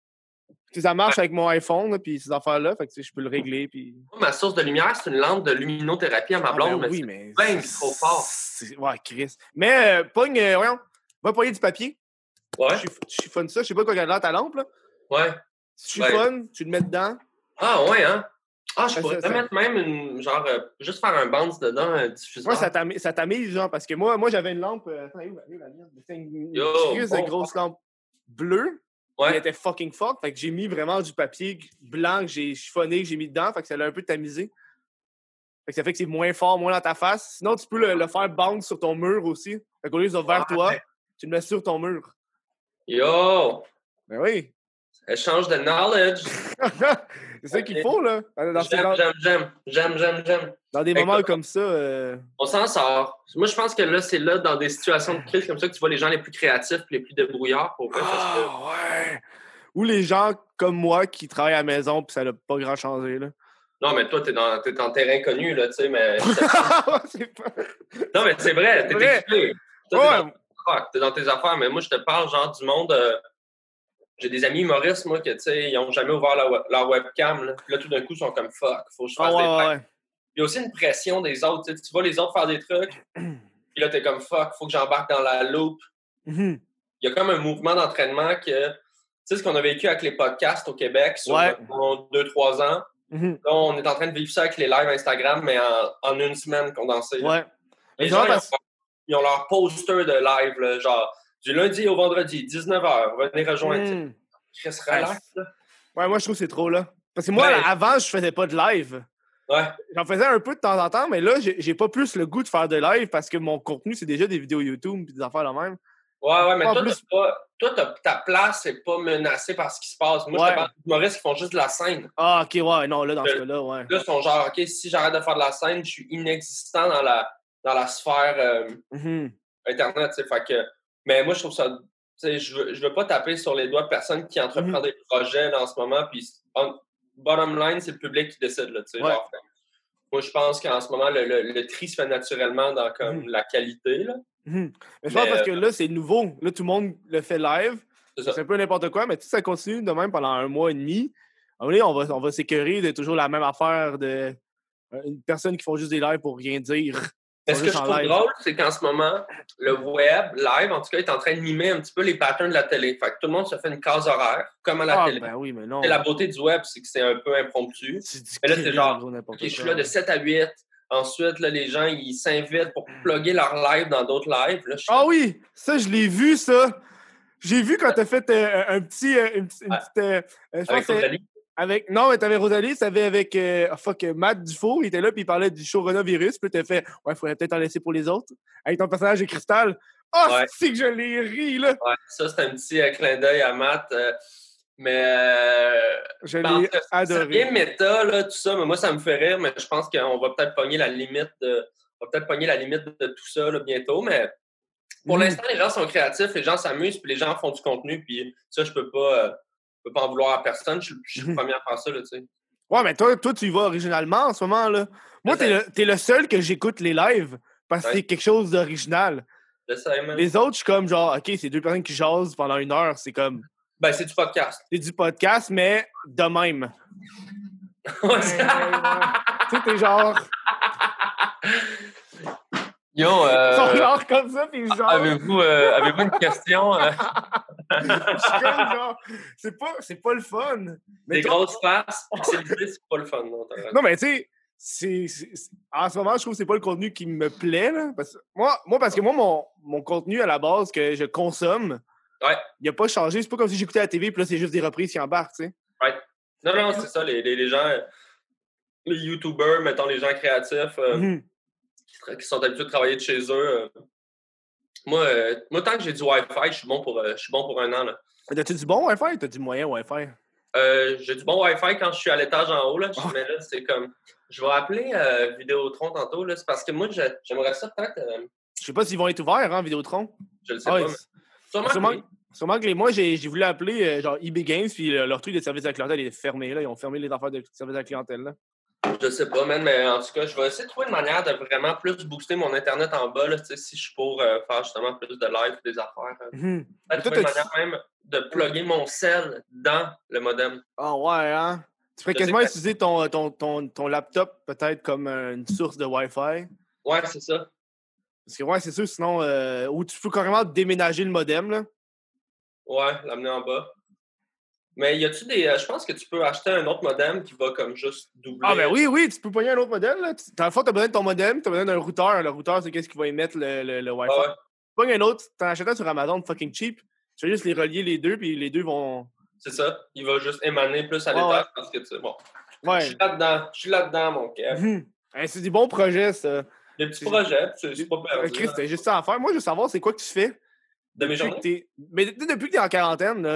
Puis ça marche avec mon iPhone, là, puis ces affaires-là. Fait que je peux le régler, puis. Ma source de lumière, c'est une lampe de luminothérapie à ma blonde, ben oui, mais c'est trop fort. Ouais, Chris. Mais, voyons, va pogner du papier. Ouais. Tu chiffonnes ça. Je sais pas quoi qu'il y a là ta lampe, là. Ouais. Tu chiffonnes, tu le mets dedans. Ah, ouais, hein? Ah, je pourrais mettre même juste faire un bounce dedans, diffuseur. Ouais, ça t'amuse, genre, parce que moi j'avais une lampe. Attends, où la mienne? C'était une grosse lampe bleue. Ouais. Elle était fucking forte. Fait que j'ai mis vraiment du papier blanc que j'ai chiffonné, que j'ai mis dedans. Fait que ça l'a un peu tamisé. Fait que ça fait que c'est moins fort, moins dans ta face. Sinon, tu peux le faire bounce sur ton mur aussi. Fait qu'au lieu de vers toi, tu le mets sur ton mur. Yo! Ben oui. Échange de knowledge. C'est ça qu'il faut, là. J'aime. Dans des moments comme ça... On s'en sort. Moi, je pense que là, c'est là, dans des situations de crise comme ça, que tu vois les gens les plus créatifs et les plus débrouillards. Ouais! Ou les gens comme moi qui travaillent à la maison puis ça n'a pas grand changé, là. Non, mais toi, t'es en terrain connu, là, tu sais, mais... Non, mais c'est vrai, t'es occupé. T'es dans tes affaires, mais moi, je te parle, genre, du monde... J'ai des amis humoristes, moi, que, tu sais, ils n'ont jamais ouvert leur webcam, là. Puis là, tout d'un coup, ils sont comme « fuck, faut que je fasse des trucs. » Il y a aussi une pression des autres, tu vois les autres faire des trucs, puis là, t'es comme « fuck, faut que j'embarque dans la loupe. » Il y a comme un mouvement d'entraînement que... Tu sais, ce qu'on a vécu avec les podcasts au Québec sur 2-3 ans, là, on est en train de vivre ça avec les lives Instagram, mais en une semaine condensée. Ouais. Les gens, ils ont leur poster de live, là, genre du lundi au vendredi, 19h, venez rejoindre. Chris, relax, là. Ouais, moi, je trouve que c'est trop, là. Parce que moi, avant, je faisais pas de live. Ouais. J'en faisais un peu de temps en temps, mais là, j'ai pas plus le goût de faire de live parce que mon contenu, c'est déjà des vidéos YouTube et des affaires de même. Ouais, mais ta place n'est pas menacée par ce qui se passe. Moi, je te parle d'humoristes qui font juste de la scène. Ah, OK, ouais, non, là, dans ce cas-là, ouais. Là, ils sont genre, OK, si j'arrête de faire de la scène, je suis inexistant dans la sphère Internet, tu sais. Fait que... Mais moi, je trouve ça... Tu sais, je veux pas taper sur les doigts de personne qui entreprend des projets là, en ce moment, puis bottom line, c'est le public qui décide, là, tu sais. Genre, moi, je pense qu'en ce moment, le tri se fait naturellement dans comme la qualité, là. Mais je pense parce que là, c'est nouveau. Là, tout le monde le fait live. C'est un peu n'importe quoi, mais si ça continue de même pendant 1 mois et demi, on va s'écœurer de toujours la même affaire de une personne qui font juste des lives pour rien dire. Mais ce que je trouve drôle, c'est qu'en ce moment, le web, live, en tout cas, est en train de mimer un petit peu les patterns de la télé. Fait que tout le monde se fait une case horaire, comme à la télé. Ben oui, mais non. Et la beauté du web, c'est que c'est un peu impromptu. Mais là, c'est genre, OK, je suis là de 7 à 8. Ensuite, là, les gens, ils s'invitent pour plugger leur live dans d'autres lives. Là, oui! Ça, je l'ai vu, ça! J'ai vu quand t'as fait un petit... je pense avec non, mais t'avais Rosalie, t'avais avec Matt Dufault, il était là, puis il parlait du coronavirus, puis t'as fait « Ouais, il faudrait peut-être en laisser pour les autres. » Avec ton personnage de Cristal. C'est que je l'ai ri, là! Ouais, ça, c'est un petit clin d'œil à Matt. Je l'ai adoré. C'est bien méta, là, tout ça, mais moi, ça me fait rire, mais je pense qu'on va peut-être pogner la limite de tout ça là, bientôt, mais pour l'instant, les gens sont créatifs, les gens s'amusent, puis les gens font du contenu, puis ça, je peux pas en vouloir à personne. Je suis le premier à faire ça, là, tu sais. Ouais, mais toi, tu y vas originalement en ce moment, là. Moi, t'es le seul que j'écoute les lives parce que c'est quelque chose d'original. Les autres, je suis comme genre, OK, c'est 2 personnes qui jasent pendant 1 heure, c'est comme... Ben, c'est du podcast. C'est du podcast, mais de même. Tu sais, t'es genre... Yo, Ils sont genre comme ça, puis genre... Avez-vous une question? Je suis comme genre... C'est pas le fun. Des grosses faces, c'est pas le fun. Non, mais tu sais, en ce moment, je trouve que c'est pas le contenu qui me plaît, là. Parce que moi, mon contenu à la base que je consomme, il a pas changé. C'est pas comme si j'écoutais la TV, puis là, c'est juste des reprises qui embarquent, tu sais. Ouais. Non, c'est ça. Les gens, les YouTubers, mettons, les gens créatifs qui sont habitués de travailler de chez eux. Moi, tant que j'ai du Wi-Fi, je suis bon pour 1 an, là. T'as-tu du bon Wi-Fi ou t'as du moyen Wi-Fi? J'ai du bon Wi-Fi quand je suis à l'étage en haut, là. Mais là, c'est comme... Je vais appeler Vidéotron tantôt, là. C'est parce que moi, j'aimerais ça peut-être... Je sais pas s'ils vont être ouverts, hein, Vidéotron. Je le sais pas, mais... Sûrement que moi, j'ai voulu appeler genre eBay Games, puis leur truc de service à la clientèle est fermé, là. Ils ont fermé les affaires de service à la clientèle, là. Je sais pas, man, mais en tout cas, je vais essayer de trouver une manière de vraiment plus booster mon Internet en bas, là, si je suis pour faire justement plus de live des affaires. Peut-être trouver une manière même de plugger mon cell dans le modem. Ah ouais, hein? Tu pourrais quasiment utiliser ton laptop peut-être comme une source de Wi-Fi. Ouais, c'est ça. Parce que ouais, c'est sûr, sinon... ou tu peux carrément déménager le modem, là. Ouais, l'amener en bas. Mais y a-tu des... je pense que tu peux acheter un autre modem qui va comme juste doubler... Ah ben oui, tu peux pogner un autre modem, là. Dans le fond, t'as besoin de ton modem, t'as besoin d'un routeur. Le routeur, c'est qu'est-ce qui va émettre le Wi-Fi. Ah ouais. Tu pognes un autre, t'en achètes un sur Amazon fucking cheap. Tu vas juste les relier les deux, puis les deux vont... C'est ça. Il va juste émaner plus à l'étage parce que tu sais, bon... Ouais. Je suis là-dedans, mon Kev. C'est des bons projets, ça. Des petits projets, c'est pas perdu. Chris, t'as juste ça à faire. Moi, je veux savoir, c'est quoi que tu fais? De mes journées? Mais depuis que t'es en quarantaine, là,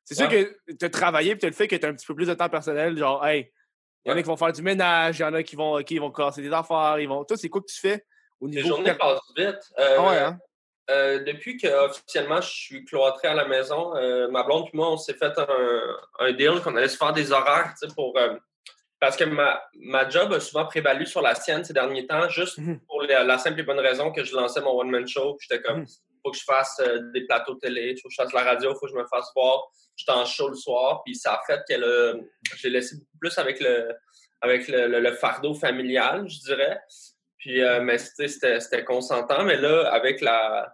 C'est sûr que tu as travaillé et tu as le fait que tu as un petit peu plus de temps personnel. Genre, hey, il y en a qui vont faire du ménage, il y en a qui vont casser des affaires. Toi, c'est quoi que tu fais au niveau... Les journées passent vite. Hein? Depuis qu'officiellement je suis cloîtré à la maison, ma blonde et moi, on s'est fait un deal qu'on allait se faire des horaires pour. Parce que ma job a souvent prévalu sur la sienne ces derniers temps, juste pour la simple et bonne raison que je lançais mon one-man show. J'étais comme, faut que je fasse des plateaux télé, faut que je fasse la radio, faut que je me fasse voir. J'étais en show le soir, puis ça a fait que j'ai laissé beaucoup plus avec le fardeau familial, je dirais. Puis, mais c'était consentant. Mais là, avec la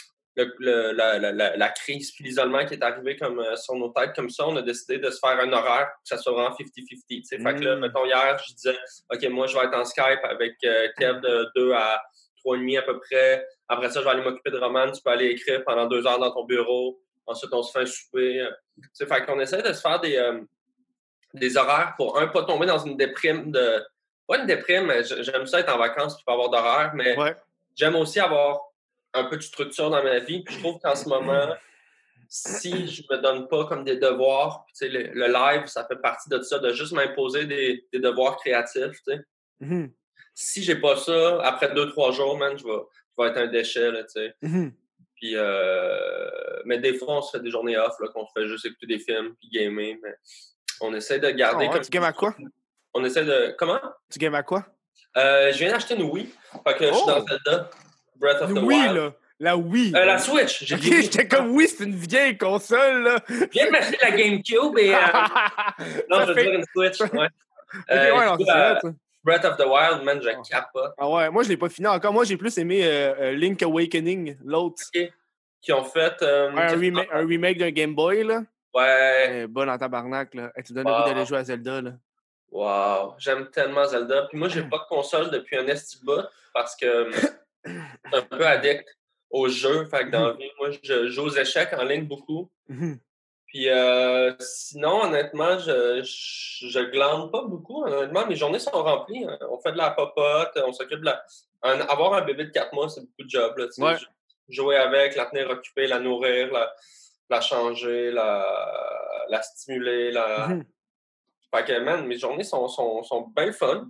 crise puis l'isolement qui est arrivé comme sur nos têtes comme ça, on a décidé de se faire un horaire que ça soit vraiment 50-50. Fait que là, mettons, hier, je disais, OK, moi, je vais être en Skype avec Kev de 2 à 3h30 à peu près. Après ça, je vais aller m'occuper de Roman. Tu peux aller écrire pendant 2 heures dans ton bureau. Ensuite, on se fait un souper. Fait qu'on essaie de se faire des horaires pour, pas tomber dans une déprime de... Pas une déprime, mais j'aime ça être en vacances et pas avoir d'horaire, mais j'aime aussi avoir un peu de structure dans ma vie. Puis je trouve qu'en ce moment, si je me donne pas comme des devoirs, tu sais, le live, ça fait partie de ça, de juste m'imposer des devoirs créatifs, tu sais. Si j'ai pas ça, après 2-3 jours, man, je vais être un déchet, là, tu sais. Puis, mais des fois, on se fait des journées off, là, qu'on se fait juste écouter des films puis gamer, mais on essaie de garder... Tu games à quoi? On essaie de... Comment? Tu games à quoi? Je viens d'acheter une Wii. Fait que je suis dans Zelda. Breath of the Wild. Là. La Wii. La Switch. J'étais comme, oui, c'est une vieille console, là. Je viens de m'acheter la GameCube et... non, je veux dire une Switch, ouais. Breath of the Wild, man, je capote. Ah ouais, moi, je l'ai pas fini encore. Moi, j'ai plus aimé Link Awakening, l'autre. Okay. Qui ont fait... un remake d'un Game Boy, là. Ouais. Bon en tabarnak, là. Tu me donnes envie d'aller jouer à Zelda, là. Wow. J'aime tellement Zelda. Puis moi, j'ai pas de console depuis un esti bout parce que je suis un peu addict aux jeux. Fait que dans la vie, moi, je joue aux échecs en ligne beaucoup. Puis sinon, honnêtement, je glande pas beaucoup. Honnêtement, mes journées sont remplies. On fait de la popote, on s'occupe de avoir un bébé de 4 mois, c'est beaucoup de job. Là, jouer avec, la tenir occupée, la nourrir, la changer, la stimuler. Fait que, man, mes journées sont bien fun.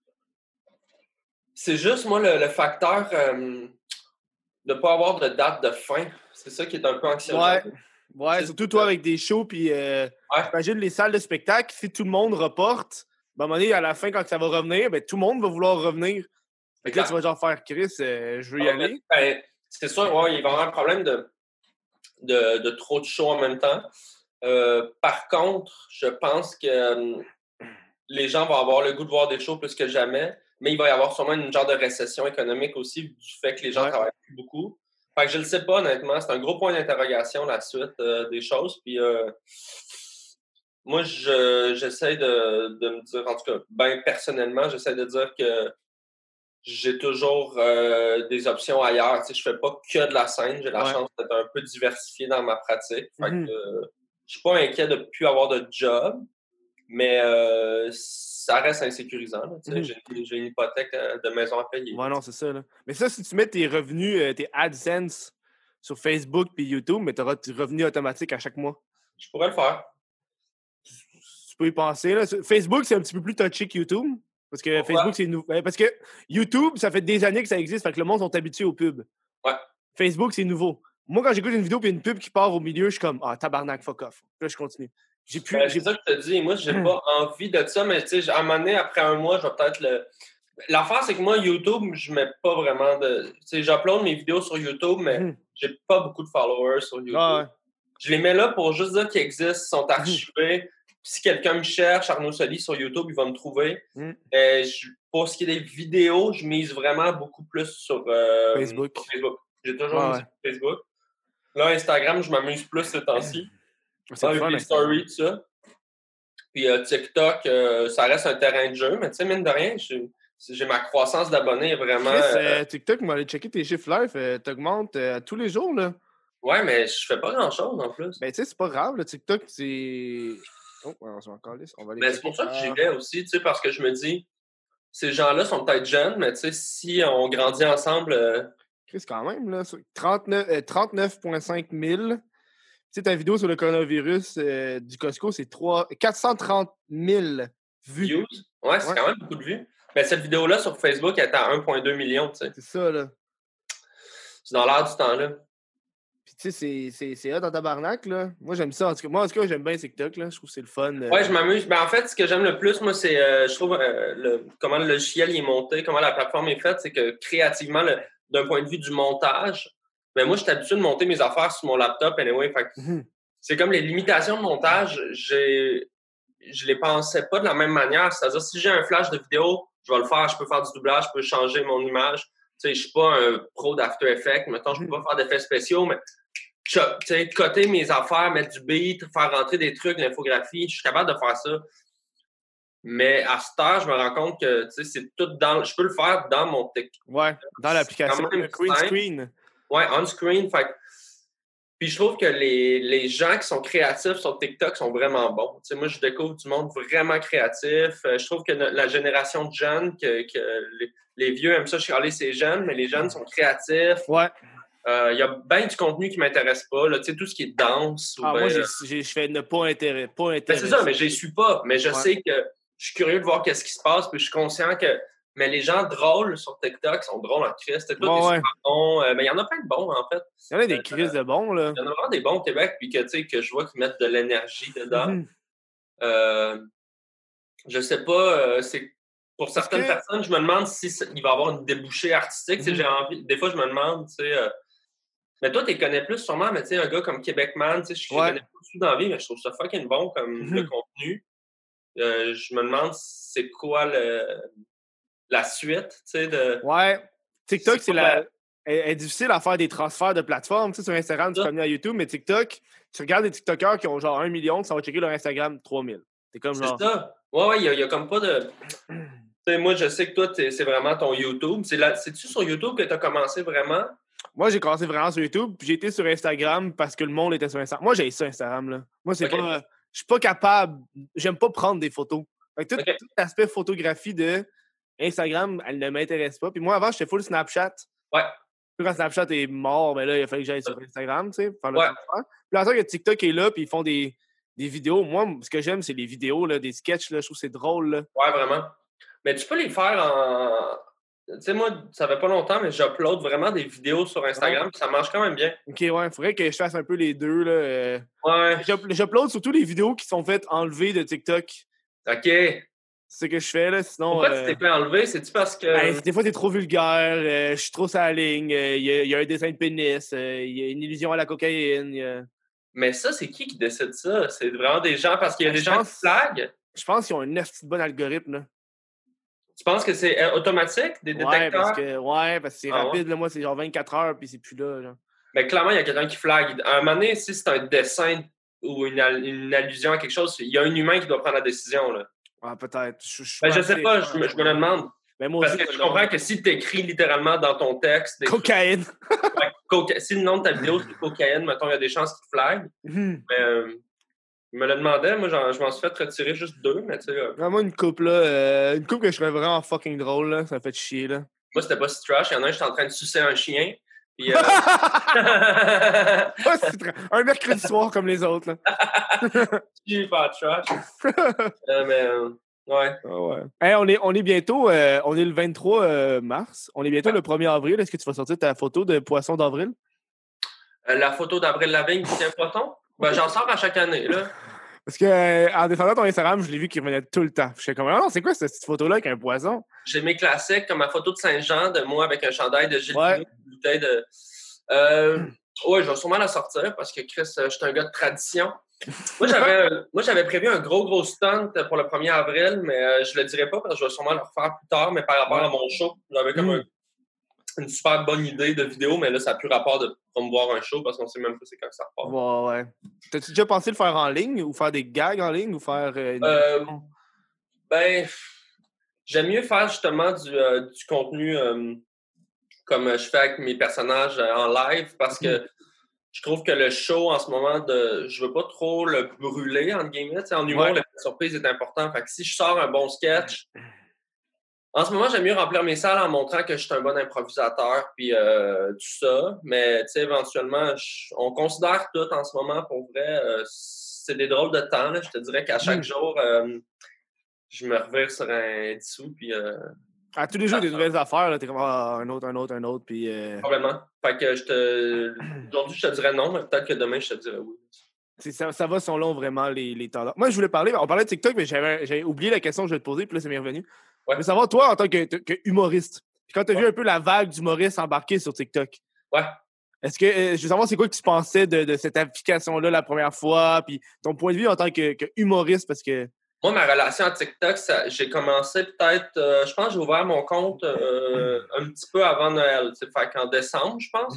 C'est juste, moi, le facteur de ne pas avoir de date de fin. C'est ça qui est un peu anxiogène. Ouais, surtout toi avec des shows, puis j'imagine les salles de spectacle, si tout le monde reporte, à un moment donné, à la fin, quand ça va revenir, ben, tout le monde va vouloir revenir. Fait que là, tu vas genre faire Chris, je veux y aller. Ben, c'est sûr, il va y avoir un problème de trop de shows en même temps. Par contre, je pense que les gens vont avoir le goût de voir des shows plus que jamais, mais il va y avoir sûrement une genre de récession économique aussi du fait que les gens travaillent plus beaucoup. Fait que je le sais pas, honnêtement. C'est un gros point d'interrogation, la suite des choses. Puis moi, j'essaie de me dire, en tout cas, ben personnellement, j'essaie de dire que j'ai toujours des options ailleurs. Tu sais, je fais pas que de la scène. J'ai la chance d'être un peu diversifié dans ma pratique. Fait que je suis pas inquiet de ne plus avoir de job, mais ça reste insécurisant. Là, tu sais. J'ai une hypothèque de maison à payer. Ouais, non, c'est ça. Là. Mais ça, si tu mets tes revenus, tes AdSense sur Facebook puis YouTube, mais tu auras tes revenus automatiques à chaque mois. Je pourrais le faire. Tu peux y penser. Là. Facebook, c'est un petit peu plus touché que YouTube. Parce que Facebook, c'est nouveau. Parce que YouTube, ça fait des années que ça existe. Fait que le monde sont habitués aux pubs. Ouais. Facebook, c'est nouveau. Moi, quand j'écoute une vidéo et une pub qui part au milieu, je suis comme, tabarnak, fuck off. Là, je continue. C'est ça que je te dis. Moi, j'ai pas envie de ça, mais tu sais, à un moment donné, après un mois, je vais peut-être L'affaire, c'est que moi, YouTube, je mets pas vraiment de... Tu sais, j'upload mes vidéos sur YouTube, mais j'ai pas beaucoup de followers sur YouTube. Je les mets là pour juste dire qu'ils existent, sont archivés. Si quelqu'un me cherche, Arnaud Soli sur YouTube, il va me trouver. Pour ce qui est des vidéos, je mise vraiment beaucoup plus sur Facebook. J'ai toujours mis sur Facebook. Là, Instagram, je m'amuse plus ce temps-ci. Avec les stories, tout ça. Puis TikTok, ça reste un terrain de jeu, mais tu sais, mine de rien, j'ai ma croissance d'abonnés vraiment... TikTok, moi, aller checker tes chiffres live, t'augmentes tous les jours, là. Ouais, mais je fais pas grand-chose, en plus. Ben, tu sais, c'est pas grave, le TikTok, c'est... Oh, on va encore aller. C'est pour ça que j'y vais aussi, tu sais, parce que je me dis, ces gens-là sont peut-être jeunes, mais tu sais, si on grandit ensemble... Chris, quand même, là, 39,5 000. sais, ta vidéo sur le coronavirus du Costco, c'est 430 000 vues. Views? Ouais, c'est quand même beaucoup de vues. Mais cette vidéo-là sur Facebook, elle est à 1,2 million, tu sais. C'est ça, là. C'est dans l'air du temps-là. Puis tu sais, c'est hot dans tabarnak, là. Moi, j'aime ça. En tout cas, j'aime bien TikTok, là. Je trouve que c'est le fun. Ouais, je m'amuse. Ben, en fait, ce que j'aime le plus, moi, c'est, je trouve, comment le logiciel est monté, comment la plateforme est faite, c'est que créativement, d'un point de vue du montage, ben moi, je suis habitué de monter mes affaires sur mon laptop, anyway. Fait que c'est comme les limitations de montage, je les pensais pas de la même manière. C'est-à-dire, si j'ai un flash de vidéo, je vais le faire, je peux faire du doublage, je peux changer mon image. Tu sais, je suis pas un pro d'After Effects. Mettons, je peux pas faire d'effets spéciaux, mais tu sais, coter mes affaires, mettre du beat, faire rentrer des trucs, l'infographie, je suis capable de faire ça. Mais à cette heure, je me rends compte que c'est tout dans. Je peux le faire dans mon TikTok. Ouais, dans l'application, le green screen. Ouais, on-screen. Puis je trouve que les gens qui sont créatifs sur TikTok sont vraiment bons. Tu sais, moi, je découvre du monde vraiment créatif. Je trouve que la génération de jeunes, que les vieux aiment ça chialer ces jeunes, mais les jeunes sont créatifs. Ouais. Il y a bien du contenu qui ne m'intéresse pas. Là, tu sais, tout ce qui est danse. Moi, je fais ne pas intéresser. Ben, c'est ça, mais je ne suis pas. Mais je sais que je suis curieux de voir qu'est-ce qui se passe. Puis je suis conscient que mais les gens drôles sur TikTok sont drôles en Christ. C'est tous des super bons. Mais il y en a plein de bons, en fait. Il y en a des crises de bons, là. Il y en a vraiment des bons au Québec, puis que je vois qu'ils mettent de l'énergie dedans. Je sais pas, c'est pour certaines personnes, je me demande il va y avoir une débouchée artistique. J'ai envie. Des fois, je me demande, tu sais. Mais toi, tu les connais plus sûrement, mais tu sais, un gars comme Québecman, tu sais, je connais pas tout dans la vie, mais je trouve ça fucking bon comme le contenu. Je me demande c'est quoi la suite, tu sais, de... Ouais. TikTok, est difficile à faire des transferts de plateforme. Tu sais, sur Instagram, tu peux venir à YouTube, mais TikTok, tu regardes des TikTokers qui ont genre 1 million, ça va checker leur Instagram 3000. C'est comme genre... C'est ça. Ouais, il y a comme pas de... Tu sais, moi, je sais que toi, c'est vraiment ton YouTube. C'est-tu sur YouTube que tu as commencé vraiment? Moi, j'ai commencé vraiment sur YouTube, puis j'ai été sur Instagram parce que le monde était sur Instagram. Moi, j'ai ça, Instagram, là. Moi, c'est pas... Je suis pas capable... J'aime pas prendre des photos. Fait que tout l'aspect photographie de Instagram, elle ne m'intéresse pas. Puis moi, avant, j'étais full Snapchat. Ouais. Puis quand Snapchat est mort, mais là, il a fallu que j'aille sur Instagram, tu sais, faire le transfert. Puis là, que TikTok est là, puis ils font des vidéos. Moi, ce que j'aime, c'est les vidéos, là, des sketchs, là. Je trouve que c'est drôle, là. Ouais, vraiment. Mais tu peux les faire en... Tu sais, moi, ça fait pas longtemps, mais j'upload vraiment des vidéos sur Instagram, puis ça marche quand même bien. OK, ouais, il faudrait que je fasse un peu les deux, là. Ouais. J'upload surtout les vidéos qui sont faites enlevées de TikTok. OK. C'est ce que je fais, là, sinon... Pourquoi tu t'es fait enlever? C'est-tu parce que... Ben, des fois, t'es trop vulgaire, je suis trop sur la ligne, il y a un dessin de pénis, il y a une illusion à la cocaïne. Mais ça, c'est qui décide ça? C'est vraiment des gens... Parce qu'il y a des gens qui flaguent? Je pense qu'ils ont un petit bon algorithme, là. Tu penses que c'est automatique, des détecteurs? Parce que c'est rapide. Là, moi, c'est genre 24 heures, puis c'est plus là. Genre. Mais clairement, il y a quelqu'un qui flague. À un moment donné, si c'est un dessin ou une allusion à quelque chose, il y a un humain qui doit prendre la décision. Là. Ah, peut-être. Je sais pas, je me le demande. Mais moi aussi, parce que je comprends que si tu écris littéralement dans ton texte... Cocaïne! Si le nom de ta vidéo, c'est cocaïne, mettons, il y a des chances qu'il te flague. Mais... Je me le demandais, moi, je m'en suis fait retirer juste 2, mais tu sais... Vraiment une coupe, là. Une coupe que je trouvais vraiment fucking drôle, là. Ça me fait chier, là. Moi, c'était pas si trash. Il y en a un, j'étais en train de sucer un chien. Puis, un mercredi soir comme les autres, là. Super trash. Mais... ouais. Oh, ouais. Hey, on est bientôt... on est le 23 mars. On est bientôt le 1er avril. Est-ce que tu vas sortir ta photo de poisson d'avril? La photo d'Avril Lavigne qui tient poisson? Ben, j'en sors à chaque année, là. Parce que en descendant ton Instagram, je l'ai vu qu'il revenait tout le temps. Je suis comme, non, c'est quoi cette photo-là avec un poisson? J'ai mes classiques, comme ma photo de Saint-Jean, de moi avec un chandail de Gilles Pinot, une bouteille de... ouais, je vais sûrement la sortir parce que, Chris, je suis un gars de tradition. Moi, j'avais prévu un gros stunt pour le 1er avril, mais je le dirai pas parce que je vais sûrement le refaire plus tard, mais par rapport à mon show, j'avais comme une super bonne idée de vidéo, mais là, ça n'a plus rapport de promouvoir un show parce qu'on sait même pas c'est quand ça repart. Ouais. T'as-tu déjà pensé le faire en ligne ou faire des gags en ligne ou faire... Ben, j'aime mieux faire justement du contenu comme je fais avec mes personnages en live parce que je trouve que le show en ce moment, je veux pas trop le brûler, entre guillemets. En humour, la surprise est importante. Fait que si je sors un bon sketch, En ce moment, j'aime mieux remplir mes salles en montrant que je suis un bon improvisateur puis tout ça. Mais tu sais, éventuellement, on considère tout en ce moment pour vrai. C'est des drôles de temps. Là. Je te dirais qu'à chaque jour, je me revire sur un 10 sous. Puis, À tous les jours, des nouvelles affaires. Là, t'es comme un autre. Puis, probablement. Fait que aujourd'hui, je te dirais non, mais peut-être que demain, je te dirais oui. Ça va selon vraiment les tendances. Moi, je voulais parler, on parlait de TikTok, mais j'avais oublié la question que je voulais te poser, puis là, ça m'est revenu. Ouais. Je veux savoir, toi, en tant que humoriste, quand tu as vu un peu la vague d'humoristes embarquer sur TikTok, ouais. Est-ce que je veux savoir c'est quoi que tu pensais de cette application-là la première fois, puis ton point de vue en tant que humoriste, parce que. Moi, ma relation à TikTok, j'ai commencé peut-être, je pense que j'ai ouvert mon compte un petit peu avant Noël, fait qu'en décembre, je pense.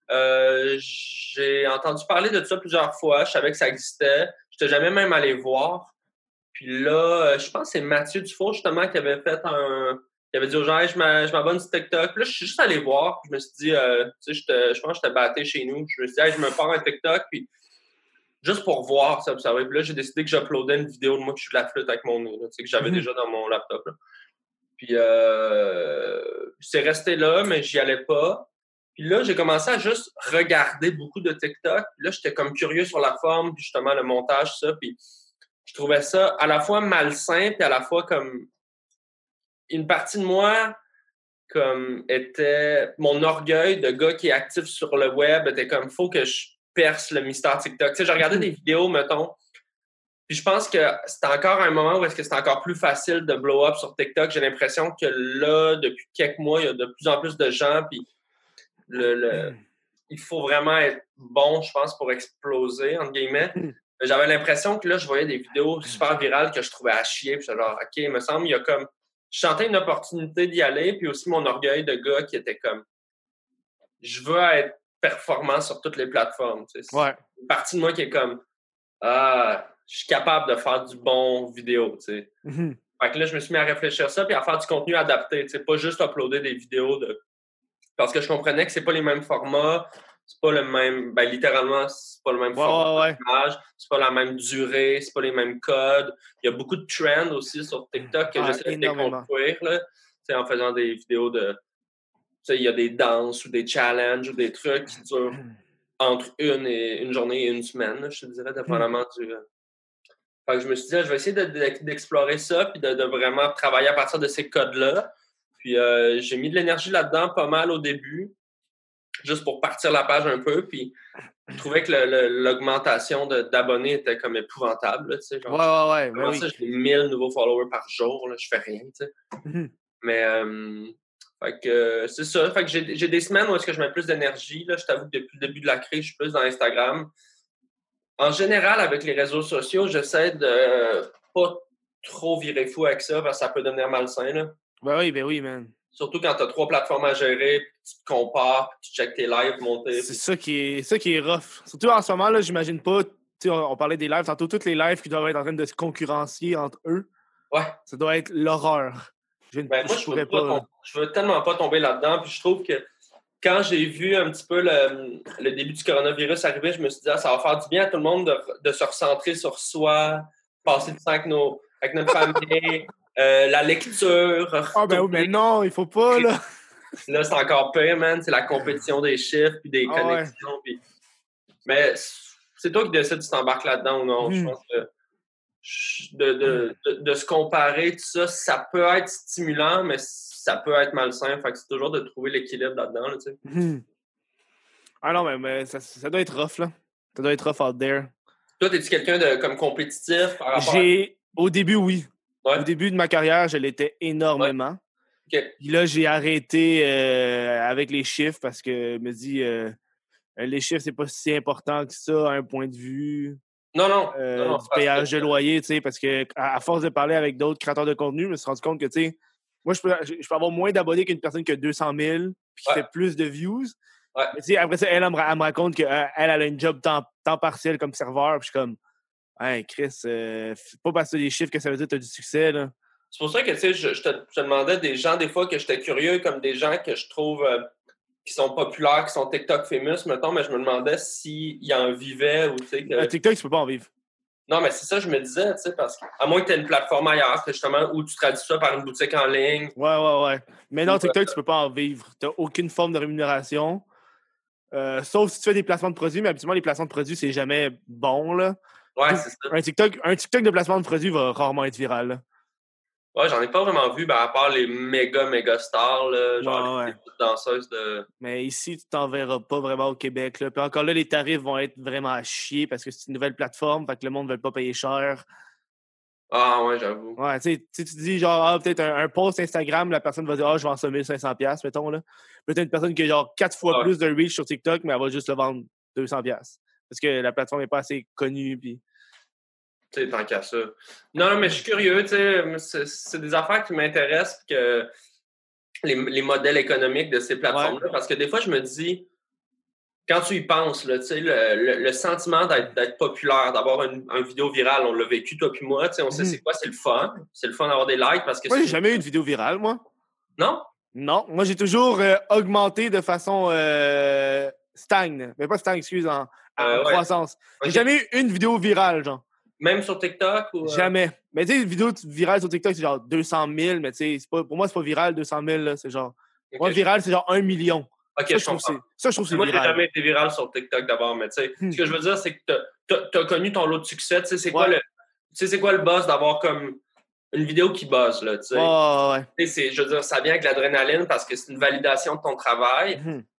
J'ai entendu parler de ça plusieurs fois, je savais que ça existait, je n'étais jamais même allé voir. Puis là, je pense que c'est Mathieu Dufault, justement, qui avait fait qui avait dit aux gens, hey, je m'abonne sur TikTok. Puis là, je suis juste allé voir. Puis je me suis dit, tu sais, je pense que j'étais batté chez nous. Je me suis dit, hey, je me pars un TikTok. Puis juste pour voir ça, observer. Puis là, j'ai décidé que j'uploadais une vidéo de moi qui joue de la flûte avec mon nez, tu sais, que j'avais déjà dans mon laptop. Là. Puis c'est resté là, mais j'y allais pas. Puis là, j'ai commencé à juste regarder beaucoup de TikTok. Puis là, j'étais comme curieux sur la forme, puis justement le montage, ça. Puis je trouvais ça à la fois malsain, puis à la fois comme une partie de moi comme était mon orgueil de gars qui est actif sur le web était comme faut que je perce le mystère TikTok. Tu sais, j'ai regardé des vidéos, mettons, puis je pense que c'est encore un moment où est-ce que c'est encore plus facile de blow up sur TikTok. J'ai l'impression que là, depuis quelques mois, il y a de plus en plus de gens, puis il faut vraiment être bon, je pense, pour exploser, entre guillemets. J'avais l'impression que là, je voyais des vidéos super virales que je trouvais à chier, puis j'étais genre, OK, il me semble, il y a comme je sentais une opportunité d'y aller, puis aussi mon orgueil de gars qui était comme je veux être performant sur toutes les plateformes. Tu sais. Ouais. Une partie de moi qui est comme ah, je suis capable de faire du bon vidéo. Tu sais. Fait que là, je me suis mis à réfléchir à ça, puis à faire du contenu adapté. Tu sais, pas juste uploader des vidéos parce que je comprenais que c'est pas les mêmes formats, c'est pas le même. Ben littéralement, c'est pas le même format d'image, c'est pas la même durée, c'est pas les mêmes codes. Il y a beaucoup de trends aussi sur TikTok que j'essaie de déconstruire là, en faisant des vidéos de. Il y a des danses ou des challenges ou des trucs qui durent entre une journée et une semaine, là, je te dirais, dépendamment du. Fait que je me suis dit, je vais essayer d'explorer ça puis de vraiment travailler à partir de ces codes-là. Puis j'ai mis de l'énergie là-dedans pas mal au début, juste pour partir la page un peu. Puis je trouvais que l'augmentation d'abonnés était comme épouvantable. Là, tu sais, genre, ouais. Ça, j'ai 1000 nouveaux followers par jour. Là, je fais rien. Tu sais. Mais fait que c'est ça. Fait que j'ai des semaines où est-ce que je mets plus d'énergie. Là, je t'avoue que depuis le début de la crise, je suis plus dans Instagram. En général, avec les réseaux sociaux, j'essaie de pas trop virer fou avec ça parce que ça peut devenir malsain. Là. Ben oui, man. Surtout quand tu as 3 plateformes à gérer, tu te compares, tu checkes tes lives monter. C'est ça qui est rough. Surtout en ce moment, là, j'imagine pas. On parlait des lives, tantôt, toutes les lives qui doivent être en train de se concurrencier entre eux. Ouais. Ça doit être l'horreur. Je veux tellement pas tomber là-dedans. Puis je trouve que quand j'ai vu un petit peu le début du coronavirus arriver, je me suis dit, ça va faire du bien à tout le monde de se recentrer sur soi, passer du temps avec notre famille, la lecture. Ah, ben oui, mais non, il faut pas, là. Là, c'est encore pire, man. C'est la compétition des chiffres puis des connexions. Ouais. Puis... Mais c'est toi qui décides si tu t'embarques là-dedans ou non. Je pense que de se comparer, tout ça, ça peut être stimulant, mais ça peut être malsain. Fait que c'est toujours de trouver l'équilibre là-dedans, là, tu sais. Ah non, mais ça doit être rough, là. Ça doit être rough out there. Toi, es-tu quelqu'un de comme compétitif par rapport Au début, oui. Ouais. Au début de ma carrière, je l'étais énormément. Ouais. Okay. Puis là, j'ai arrêté avec les chiffres parce que je me dis les chiffres, c'est pas si important que ça, un point de vue. Non, du payage de loyer, tu sais, parce que à force de parler avec d'autres créateurs de contenu, je me suis rendu compte que, tu sais, moi, je peux avoir moins d'abonnés qu'une personne qui a 200 000 puis qui fait plus de views. Ouais. Mais tu sais, après ça, elle me raconte qu'elle a une job temps partiel comme serveur, puis je suis comme, hey, Chris, pas parce que tu as des chiffres que ça veut dire que tu as du succès, là. C'est pour ça que, tu sais, je te demandais des gens, des fois, que j'étais curieux, comme des gens que je trouve qui sont populaires, qui sont TikTok famous, mettons, mais je me demandais s'ils en vivaient ou, tu sais... TikTok, tu peux pas en vivre. Non, mais c'est ça, je me disais, tu sais, parce que, à moins que tu aies une plateforme ailleurs, justement, où tu traduis ça par une boutique en ligne. Ouais. Mais non, TikTok, tu peux pas en vivre. T'as aucune forme de rémunération. Sauf si tu fais des placements de produits, mais habituellement, les placements de produits, c'est jamais bon, là. Ouais, c'est ça. Un TikTok de placement de produits va rarement être viral, là. Ouais, j'en ai pas vraiment vu, à part les méga stars, là, genre Ouais. les petites danseuses de... Mais ici, tu t'en verras pas vraiment au Québec, là. Puis encore là, les tarifs vont être vraiment à chier parce que c'est une nouvelle plateforme, fait que le monde ne veut pas payer cher. Ah ouais, j'avoue. Ouais, tu sais, tu dis genre, peut-être un post Instagram, la personne va dire, je vends ça 1500$, mettons, là. Peut-être une personne qui a genre 4 fois plus de reach sur TikTok, mais elle va juste le vendre 200$. Parce que la plateforme n'est pas assez connue, puis... Tu sais, tant qu'à ça. Non, mais je suis curieux, tu sais, c'est des affaires qui m'intéressent, que les modèles économiques de ces plateformes-là, parce que des fois, je me dis, quand tu y penses, là, tu sais, le sentiment d'être populaire, d'avoir un vidéo virale, on l'a vécu, toi puis moi, tu sais, on sait c'est quoi, c'est le fun. C'est le fun d'avoir des likes parce que... Moi, j'ai jamais eu de vidéo virale, moi. Non? Non. Moi, j'ai toujours augmenté de façon stagne. Mais pas stagne, excuse, en croissance. J'ai jamais eu une vidéo virale, genre. Même sur TikTok? Ou, Jamais. Mais tu sais, une vidéo virale sur TikTok, c'est genre 200 000, mais tu sais, pour moi, c'est pas viral, 200 000, là, c'est genre... Okay, moi, viral, c'est genre 1 million. OK, je trouve c'est viral. Moi, j'ai jamais été viral sur TikTok d'abord, mais tu sais, ce que je veux dire, c'est que t'as connu ton lot de succès, tu sais, c'est quoi le buzz d'avoir comme une vidéo qui buzz, là, tu sais. Ouais. Je veux dire, ça vient avec l'adrénaline parce que c'est une validation de ton travail,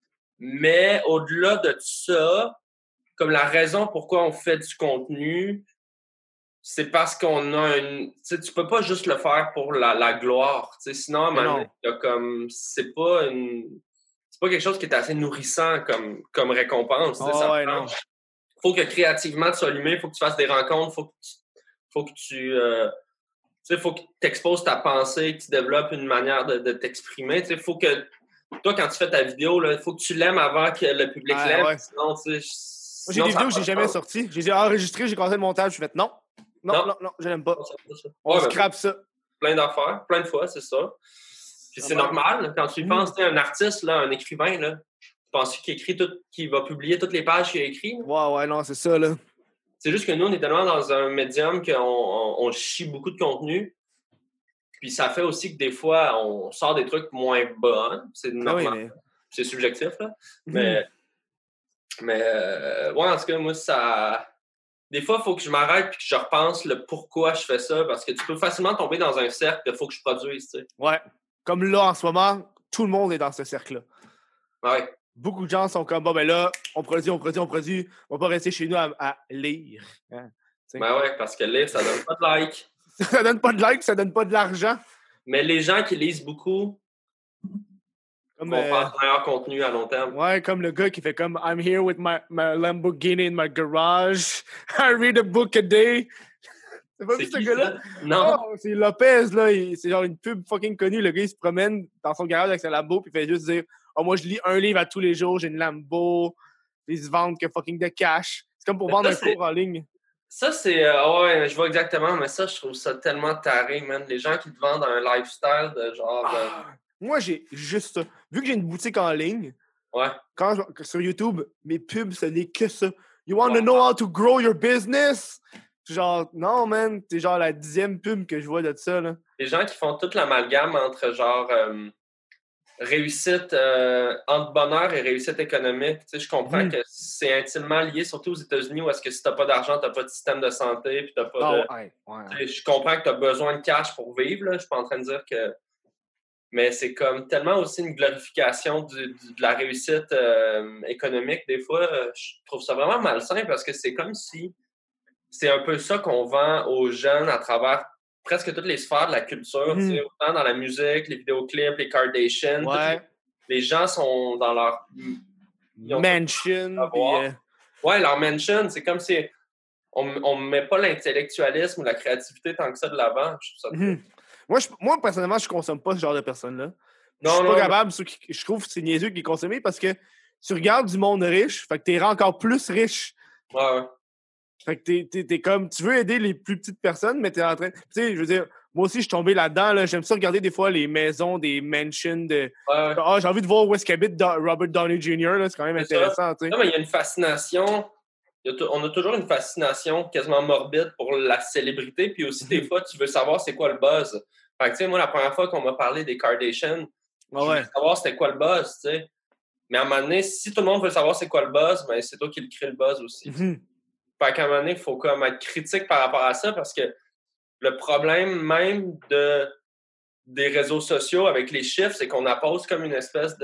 mais au-delà de ça, comme la raison pourquoi on fait du contenu, c'est parce qu'on a une... Tu sais, tu peux pas juste le faire pour la gloire, tu sais, sinon, à un moment donné, comme... C'est pas quelque chose qui est assez nourrissant comme récompense. Faut que créativement tu sois allumé, il faut que tu fasses des rencontres, faut que tu exposes ta pensée, que tu développes une manière de t'exprimer. Il faut que toi, quand tu fais ta vidéo, il faut que tu l'aimes avant que le public l'aime. Ouais. Sinon, moi, j'ai des vidéos que j'ai jamais sorties. J'ai enregistré, j'ai commencé le montage, je fais non, je l'aime pas. On scrape ça. Plein d'affaires, plein de fois, c'est ça. Puis c'est normal, quand tu y penses, un artiste, là, un écrivain, là, tu penses qu'il va publier toutes les pages qu'il a écrites? Ouais, non, c'est ça, là. C'est juste que nous, on est tellement dans un médium qu'on chie beaucoup de contenu. Puis ça fait aussi que des fois, on sort des trucs moins bons. C'est normal. C'est subjectif, là. Mais ouais, en tout cas, moi, ça... Des fois, il faut que je m'arrête et que je repense le pourquoi je fais ça, parce que tu peux facilement tomber dans un cercle de « faut que je produise », tu sais. Ouais. Comme là, en ce moment, tout le monde est dans ce cercle-là. Ouais. Beaucoup de gens sont comme, bon, ben là, on produit. On va pas rester chez nous à lire. Hein, ben ouais, parce que lire, ça donne pas de likes. Ça donne pas de likes, ça donne pas de l'argent. Mais les gens qui lisent beaucoup vont faire du meilleur contenu à long terme. Ouais, comme le gars qui fait comme I'm here with my Lamborghini in my garage. I read a book a day. C'est pas vu ce gars-là? Non. Oh, c'est Lopez, là. C'est genre une pub fucking connue. Le gars, il se promène dans son garage avec sa Lambo puis il fait juste dire « Oh, moi, je lis un livre à tous les jours. J'ai une Lambo. » Ils se vendent que fucking de cash. C'est comme pour vendre un cours en ligne. Ça, c'est... ouais, je vois exactement, mais ça, je trouve ça tellement taré, man. Les gens qui te vendent un lifestyle de genre... Moi, j'ai juste ça. Vu que j'ai une boutique en ligne, sur YouTube, mes pubs, ce n'est que ça. You want to know how to grow your business? Genre, non, man, c'est genre la 10e pub que je vois de ça, là. Les gens qui font toute l'amalgame entre genre réussite, entre bonheur et réussite économique. Tu sais, je comprends que c'est intimement lié, surtout aux États-Unis, où est-ce que si t'as pas d'argent, t'as pas de système de santé, puis t'as pas de... Je comprends que t'as besoin de cash pour vivre, là. Je suis pas en train de dire que... Mais c'est comme tellement aussi une glorification de la réussite économique, des fois. Je trouve ça vraiment malsain parce que c'est comme si c'est un peu ça qu'on vend aux jeunes à travers presque toutes les sphères de la culture, tu sais, autant dans la musique, les vidéoclips, les Kardashians. Les gens sont dans leur... mansion. Ouais, leur mansion. C'est comme si on ne met pas l'intellectualisme ou la créativité tant que ça de l'avant. Je trouve ça moi, personnellement, je consomme pas ce genre de personnes-là. Je suis pas capable. Je trouve que c'est niaiseux de les consommer parce que tu regardes du monde riche, fait que t'es encore plus riche. Ouais. Fait que t'es comme... Tu veux aider les plus petites personnes, mais t'es en train... Tu sais, je veux dire, moi aussi, je suis tombé là-dedans. Là. J'aime ça regarder des fois les maisons, des mansions de... j'ai envie de voir où est-ce qu'habite Robert Downey Jr. Là. C'est quand même intéressant. Non, mais il y a une fascination on a toujours une fascination quasiment morbide pour la célébrité, puis aussi des fois, tu veux savoir c'est quoi le buzz. Fait que, tu sais, moi, la première fois qu'on m'a parlé des Kardashians, je voulais savoir c'était quoi le buzz, tu sais. Mais à un moment donné, si tout le monde veut savoir c'est quoi le buzz, ben c'est toi qui le crée le buzz aussi. Fait qu'à un moment donné, il faut comme être critique par rapport à ça, parce que le problème même des réseaux sociaux avec les chiffres, c'est qu'on appose comme une espèce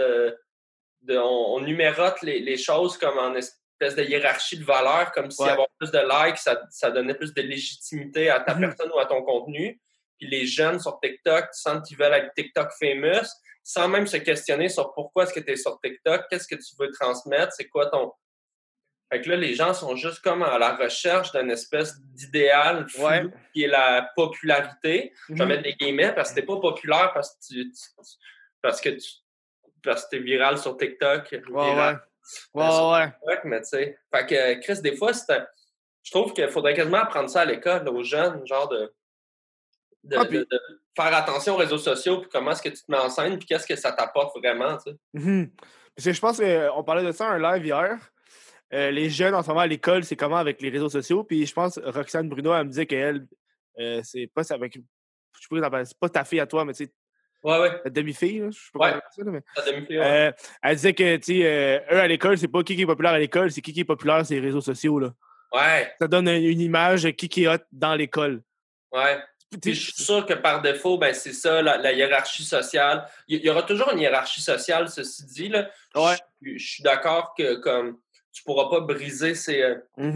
on numérote les choses comme en espèce de hiérarchie de valeurs, comme si avoir plus de likes, ça donnait plus de légitimité à ta personne ou à ton contenu. Puis les jeunes sur TikTok, tu sens qu'ils veulent être TikTok famous, sans même se questionner sur pourquoi est-ce que tu es sur TikTok, qu'est-ce que tu veux transmettre, c'est quoi ton... Fait que là, les gens sont juste comme à la recherche d'une espèce d'idéal flou qui est la popularité. Je vais mettre des guillemets parce que t'es pas populaire parce que t'es viral sur TikTok. TikTok, mais tu sais. Fait que, Chris, des fois, je trouve qu'il faudrait quasiment apprendre ça à l'école, aux jeunes, genre de faire attention aux réseaux sociaux, puis comment est-ce que tu te mets en scène, puis qu'est-ce que ça t'apporte vraiment, tu sais. Parce que je pense qu'on parlait de ça un live hier. Les jeunes, en ce moment, à l'école, c'est comment avec les réseaux sociaux. Puis je pense, Roxane Bruno, elle me disait qu'elle, c'est pas ça avec... Je pourrais t'en parler, c'est pas ta fille à toi, mais tu sais... Ta demi-fille, là, je sais pas comment ça, mais... Ta demi-fille, elle disait que, tu sais, eux, à l'école, c'est pas qui est populaire à l'école, c'est qui est populaire sur les réseaux sociaux, là. Ça donne une image de qui est hot dans l'école. Puis je suis sûr que par défaut, ben c'est ça, la hiérarchie sociale. Il y aura toujours une hiérarchie sociale, ceci dit, là. Je suis d'accord que comme tu pourras pas briser ces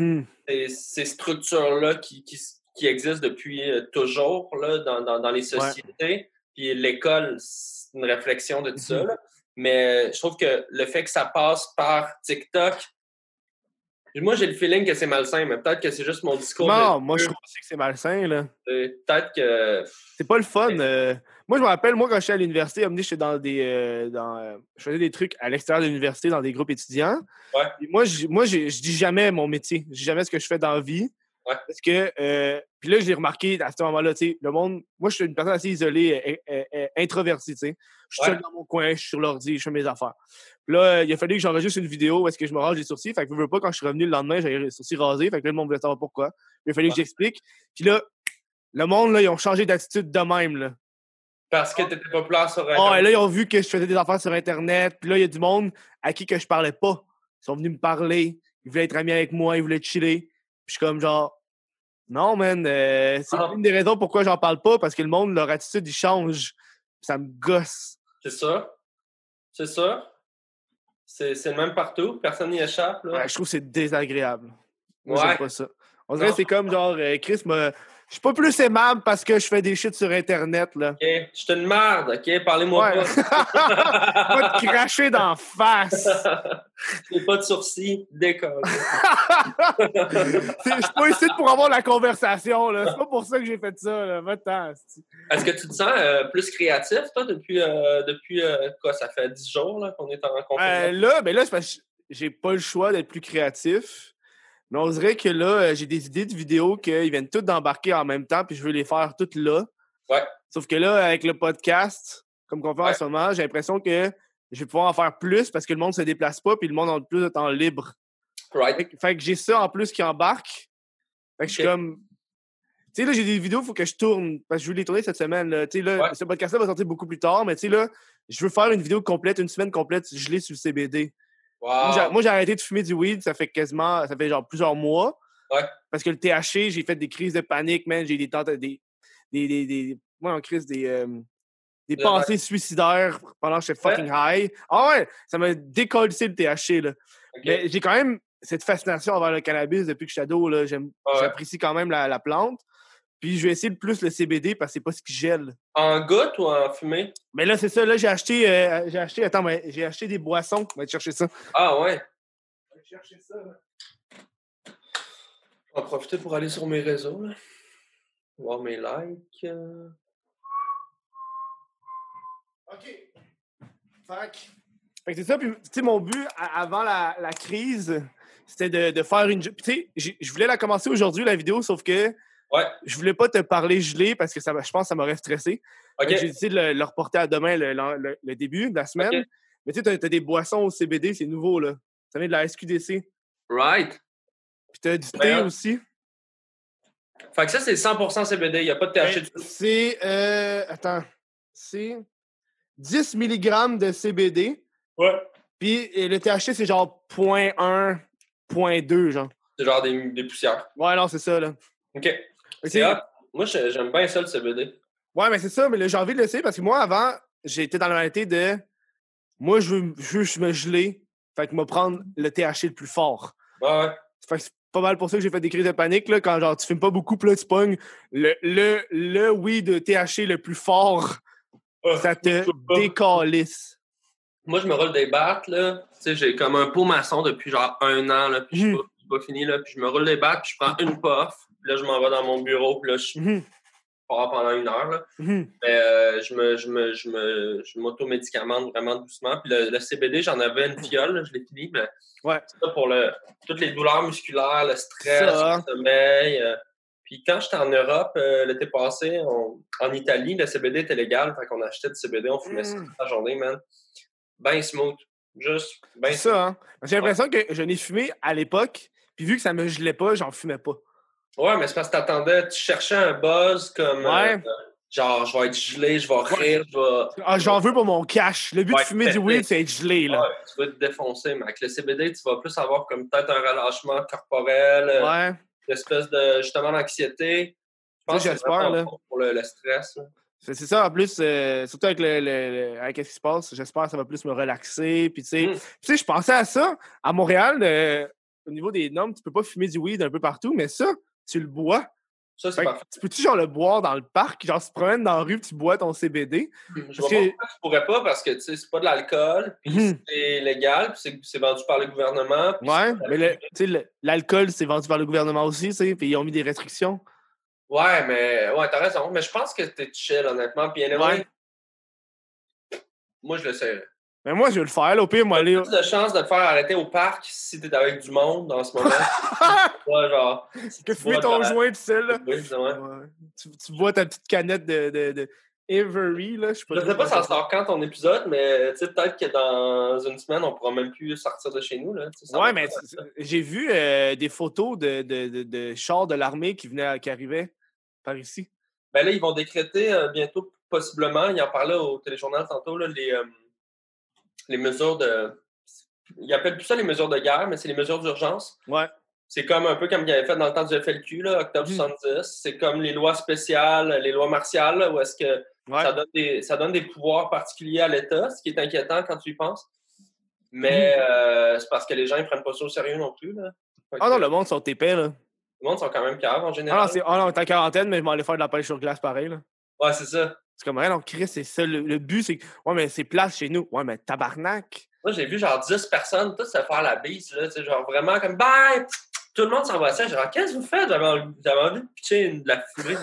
structures-là qui existent depuis toujours là, dans les sociétés. Puis l'école, c'est une réflexion de tout ça. Là. Mais je trouve que le fait que ça passe par TikTok, moi, j'ai le feeling que c'est malsain, mais peut-être que c'est juste mon discours. Non, moi, je trouve aussi que c'est malsain, là. Peut-être que... C'est pas le fun. Moi, je me rappelle, quand j'étais à l'université, j'étais dans des... je faisais des trucs à l'extérieur de l'université, dans des groupes étudiants. Et moi, je dis jamais mon métier. Je dis jamais ce que je fais dans la vie. Parce que... puis là, j'ai remarqué, à ce moment-là, tu sais, le monde... Moi, je suis une personne assez isolée, introvertie, tu sais. Je suis seul dans mon coin, je suis sur l'ordi, je fais mes affaires. Puis là, il a fallu que j'enregistre une vidéo où est-ce que je me rase les sourcils. Fait que je veux pas, quand je suis revenu le lendemain, j'avais les sourcils rasés. Fait que là, le monde voulait savoir pourquoi. Il a fallu que j'explique. Puis là, le monde, là, ils ont changé d'attitude de même, là. Parce que t'étais populaire sur Internet. Et là, ils ont vu que je faisais des affaires sur Internet. Puis là, il y a du monde à qui que je parlais pas. Ils sont venus me parler. Ils voulaient être amis avec moi. Ils voulaient chiller. Puis je suis comme genre... Non, man, c'est une des raisons pourquoi j'en parle pas, parce que le monde, leur attitude, il change. Ça me gosse. C'est ça. C'est ça. C'est le même partout. Personne n'y échappe. Là. Ouais, je trouve que c'est désagréable. Moi, j'aime pas ça. On dirait que c'est comme genre, Chris, je suis pas plus aimable parce que je fais des shit sur Internet, là. OK. Je suis une merde, OK? Parlez-moi pas. Pas te cracher d'en face. J'ai pas de sourcils. Décolle. Je suis pas ici pour avoir la conversation, là. C'est pas pour ça que j'ai fait ça, là. Va-t'en. Est-ce que tu te sens plus créatif, toi, depuis quoi? Ça fait 10 jours là, qu'on est en confinement? Là, c'est parce que j'ai pas le choix d'être plus créatif. Mais on dirait que là, j'ai des idées de vidéos qu'ils viennent toutes d'embarquer en même temps, puis je veux les faire toutes là. Sauf que là, avec le podcast, comme qu'on fait en ce moment, j'ai l'impression que je vais pouvoir en faire plus parce que le monde se déplace pas, puis le monde a plus de temps libre. Fait que j'ai ça en plus qui embarque. Fait que je suis comme... Tu sais, là, j'ai des vidéos, il faut que je tourne, parce que je veux les tourner cette semaine. Là. Tu sais, là, ce podcast-là va sortir beaucoup plus tard, mais tu sais, là, je veux faire une vidéo complète, une semaine complète, gelée sur le CBD. Wow. Moi, j'ai arrêté de fumer du weed, ça fait genre plusieurs mois. Parce que le THC, j'ai fait des crises de panique, man. J'ai des pensées suicidaires pendant que j'étais fucking high. Ah ouais, ça m'a décollé le THC, là. Mais j'ai quand même cette fascination envers le cannabis depuis que je suis ado, là. J'apprécie quand même la plante. Puis je vais essayer le plus le CBD parce que c'est pas ce qui gèle. En goutte ou en fumée? Mais là, c'est ça. Là, j'ai acheté des boissons. On va te chercher ça. Ah ouais? On va te chercher ça, là. Je vais en profiter pour aller sur mes réseaux, là. Voir mes likes. OK. Fait que c'est ça. Puis, tu sais, mon but avant la crise, c'était de faire une... Tu sais, je voulais la commencer aujourd'hui, la vidéo, sauf que je voulais pas te parler gelé parce que je pense que ça m'aurait stressé. J'ai décidé de le reporter à demain, le début de la semaine. Mais tu sais, t'as des boissons au CBD, c'est nouveau, là. Ça vient de la SQDC. Right. Puis t'as du thé aussi. Fait que ça, c'est 100% CBD. Il n'y a pas de THC du tout. C'est... attends. C'est 10 mg de CBD. Ouais. Puis le THC, c'est genre 0.1, 0.2, genre. C'est genre des poussières. Ouais, non, c'est ça, là. OK. C'est hot. Moi, j'aime bien ça, le CBD. Ouais, mais c'est ça. Mais là, j'ai envie de l'essayer parce que moi, avant, j'étais dans la mentalité de... Moi, je veux me geler. Fait que me prendre le THC le plus fort. Ouais. Fait que c'est pas mal pour ça que j'ai fait des crises de panique, là, quand genre tu fumes pas beaucoup, puis là, tu pognes le weed de THC le plus fort. Ça te décalisse. Moi, je me roule des battes, là. Tu sais, j'ai comme un pot maçon depuis genre 1 an, là, puis je suis pas fini, là. Puis je me roule des battes, puis je prends une puff, puis là, je m'en vais dans mon bureau, puis là, je pars pendant 1 heure, là. Mais je m'auto-médicamente vraiment doucement. Puis le CBD, j'en avais une fiole, là, je l'ai fini, mais c'est ça pour toutes les douleurs musculaires, le stress, le sommeil. Puis quand j'étais en Europe l'été passé, en Italie, le CBD était légal, fait qu'on achetait du CBD, on fumait ça toute la journée, man. Ben smooth. Juste ben smooth. Ça, hein? J'ai l'impression que je n'ai fumé à l'époque, puis vu que ça me gelait pas, j'en fumais pas. Ouais, mais c'est parce que t'attendais, tu cherchais un buzz comme genre, je vais être gelé, je vais rire, je vais... Ah, j'en veux pour mon cash. Le but de fumer du weed, c'est être gelé, là. Ouais, tu vas te défoncer, mais avec le CBD, tu vas plus avoir comme peut-être un relâchement corporel, une espèce de, justement, d'anxiété. Je pense que c'est vraiment pour le stress, là. C'est ça, en plus, surtout avec avec ce qui se passe, j'espère que ça va plus me relaxer. Puis, tu sais, je pensais à ça. À Montréal, au niveau des normes, tu peux pas fumer du weed un peu partout, mais ça, tu le bois. Ça, c'est parfait. Tu peux-tu, genre, le boire dans le parc? Genre, tu te promènes dans la rue, puis tu bois ton CBD? Je vois pas pourquoi tu pourrais pas, parce que, tu sais, c'est pas de l'alcool, puis c'est légal, puis c'est vendu par le gouvernement. Ouais, mais tu sais, l'alcool, c'est vendu par le gouvernement aussi, tu sais, puis ils ont mis des restrictions. Ouais, mais t'as raison. Mais je pense que t'es chill, honnêtement. Puis moi, je le sais. Mais moi, je vais le faire, là, au pire, moi, aller. Tu as plus de chance de te faire arrêter au parc si t'es avec du monde en ce moment. Ouais, genre. Que fumer ton joint tout seul, là. Oui, ouais. Tu bois ta petite canette de Avery, là. Je sais pas ça sort quand ton épisode, mais tu sais, peut-être que dans une semaine, on pourra même plus sortir de chez nous, là. Ouais, mais j'ai vu des photos de chars de l'armée qui arrivaient par ici. Ben là, ils vont décréter bientôt, possiblement, il en parlait au téléjournal tantôt, là, les mesures de... Ils appellent plus ça les mesures de guerre, mais c'est les mesures d'urgence. Ouais. C'est comme un peu comme il avait fait dans le temps du FLQ, là, octobre 70. C'est comme les lois spéciales, les lois martiales, là, où est-ce que ça donne des pouvoirs particuliers à l'État, ce qui est inquiétant quand tu y penses. Mais c'est parce que les gens ne prennent pas ça au sérieux non plus. Là. Non, le monde sont épais, là. Le monde sont quand même caves en général. Non, t'es en quarantaine, mais je m'en allais faire de la pêche sur glace pareil, là. Ouais, c'est ça. C'est comme, non, Chris, c'est ça. Le but, c'est que, ouais, mais c'est place chez nous. Ouais, mais tabarnak. Moi, j'ai vu genre 10 personnes, tous se faire la bise, là, tu sais, genre vraiment comme, bye! Tout le monde s'embrassait. Genre, qu'est-ce que vous faites? J'avais envie de pitcher de la foulée.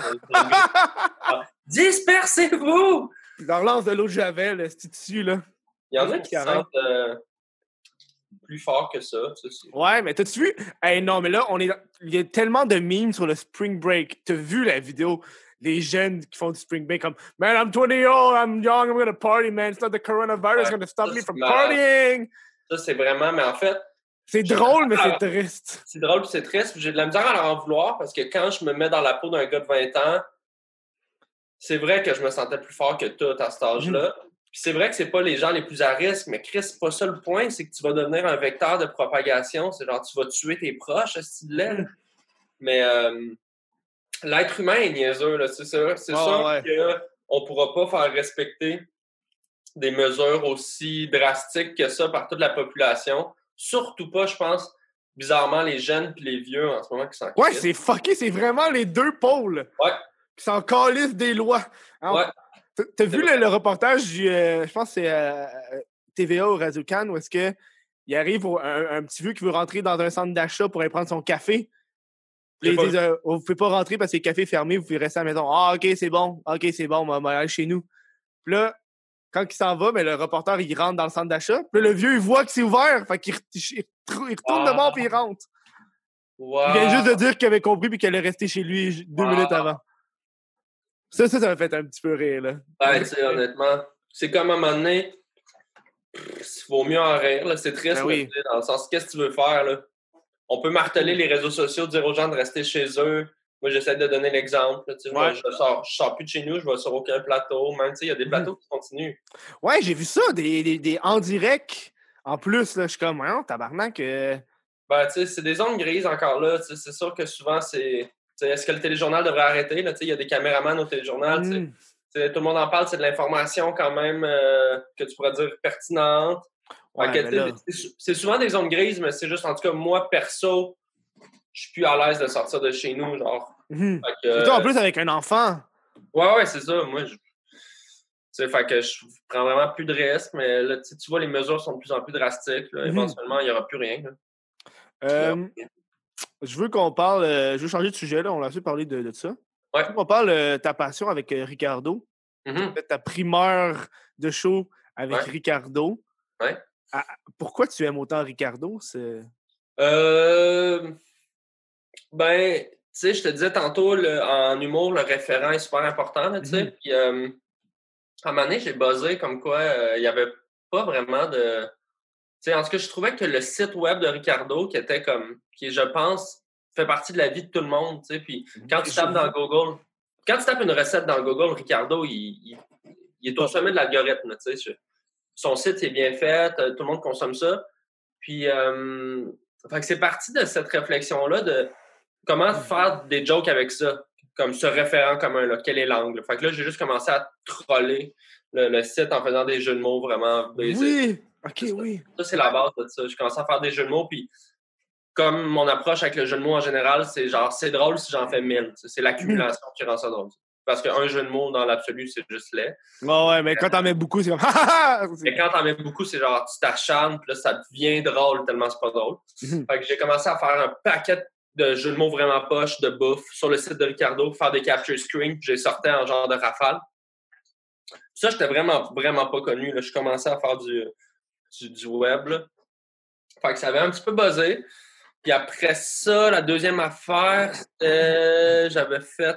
Dispersez-vous! Ils leur lancent de l'eau de Javel, c'est dessus, là. Il y en a qui se sentent plus fort que ça. Ouais, mais t'as-tu vu? Hey, non, mais là, il y a tellement de memes sur le Spring Break. T'as vu la vidéo? Les jeunes qui font du Spring Break comme « Man, I'm 20 years old, I'm young, I'm gonna party, man. It's not the coronavirus gonna stop me from partying. » Ça, c'est vraiment... Mais en fait... C'est drôle, mais c'est triste. C'est drôle, puis c'est triste. J'ai de la misère à leur en vouloir parce que quand je me mets dans la peau d'un gars de 20 ans, c'est vrai que je me sentais plus fort que tout à cet âge-là. Puis c'est vrai que c'est pas les gens les plus à risque, mais Chris, c'est pas ça le point, c'est que tu vas devenir un vecteur de propagation. C'est genre, tu vas tuer tes proches, ce style-là. Mais l'être humain est niaiseux, là, c'est sûr. C'est sûr qu'on pourra pas faire respecter des mesures aussi drastiques que ça par toute la population. Surtout pas, je pense, bizarrement, les jeunes puis les vieux en ce moment qui s'en crissent. Ouais, c'est fucké, c'est vraiment les deux pôles. Ouais. Qui s'en calissent des lois. Alors, t'as vu le reportage du, je pense que c'est TVA ou Radio-Can, où est-ce qu'il arrive un petit vieux qui veut rentrer dans un centre d'achat pour aller prendre son café. Puis ils disent, vous pouvez pas rentrer parce que le café est fermé, vous pouvez rester à la maison. Ah, OK, c'est bon, on va aller chez nous. Puis là, quand il s'en va, mais le reporter, il rentre dans le centre d'achat. Puis là, le vieux, il voit que c'est ouvert. Fait qu'il retourne de bord puis il rentre. Wow. Il vient juste de dire qu'il avait compris puis qu'il allait rester chez lui 2 minutes avant. Ça m'a fait un petit peu rire, là. Ouais, tu sais, honnêtement, c'est comme à un moment donné, il vaut mieux en rire, là. C'est triste, oui. Dans le sens, qu'est-ce que tu veux faire, là? on peut marteler les réseaux sociaux, dire aux gens de rester chez eux. Moi, j'essaie de donner l'exemple. Je sors plus de chez nous, je vais sur aucun plateau. Même, il y a des plateaux qui continuent. Ouais, j'ai vu ça, des en direct. En plus, là, je suis comme, ouais, tabarnak. Ben, c'est des zones grises encore là. C'est sûr que souvent, est-ce que le téléjournal devrait arrêter? Il y a des caméramans au téléjournal. Tout le monde en parle, c'est de l'information quand même que tu pourrais dire pertinente. Ouais, c'est souvent des zones grises, mais c'est juste, en tout cas, moi, perso, je suis plus à l'aise de sortir de chez nous, genre. Surtout en plus avec un enfant. Ouais, c'est ça. Moi, fait que je prends vraiment plus de risques, mais là, tu vois, les mesures sont de plus en plus drastiques. Là. Éventuellement, il n'y aura plus rien. Je veux qu'on parle... je veux changer de sujet, là. On a assez parlé de ça. Ouais. Je veux qu'on parle de ta passion avec Ricardo. Ta primeur de show avec Ricardo. Ouais. Pourquoi tu aimes autant Ricardo? Ben, tu sais, je te disais tantôt, en humour, le référent est super important, tu sais. Puis, à un moment donné, j'ai buzzé comme quoi il n'y avait pas vraiment de... Tu sais, en tout cas, je trouvais que le site web de Ricardo, qui, je pense, fait partie de la vie de tout le monde, tu sais. Puis, quand tu tapes dans Google... Quand tu tapes une recette dans Google, Ricardo, il est au sommet de l'algorithme, tu sais. Son site est bien fait, tout le monde consomme ça. Puis, fait que c'est parti de cette réflexion-là de comment faire des jokes avec ça, comme ce référent commun, là, quel est l'angle. Fait que là, j'ai juste commencé à troller le site en faisant des jeux de mots vraiment basiques. Oui. Ça, c'est la base de ça. J'ai commencé à faire des jeux de mots, puis comme mon approche avec le jeu de mots en général, c'est genre, c'est drôle si j'en fais 1000. C'est l'accumulation qui rend ça drôle. Parce qu'un jeu de mots, dans l'absolu, c'est juste laid. Ouais, mais quand t'en mets beaucoup, c'est comme... Mais quand t'en mets beaucoup, c'est genre, tu t'acharnes, puis là, ça devient drôle tellement c'est pas drôle. Fait que j'ai commencé à faire un paquet de jeux de mots vraiment poches, de bouffe, sur le site de Ricardo, pour faire des capture screens, puis j'ai sorti en genre de rafale. Ça, j'étais vraiment, vraiment pas connu. Là. Je commençais à faire du web. Là. Fait que ça avait un petit peu buzzé. Puis après ça, la deuxième affaire, j'avais fait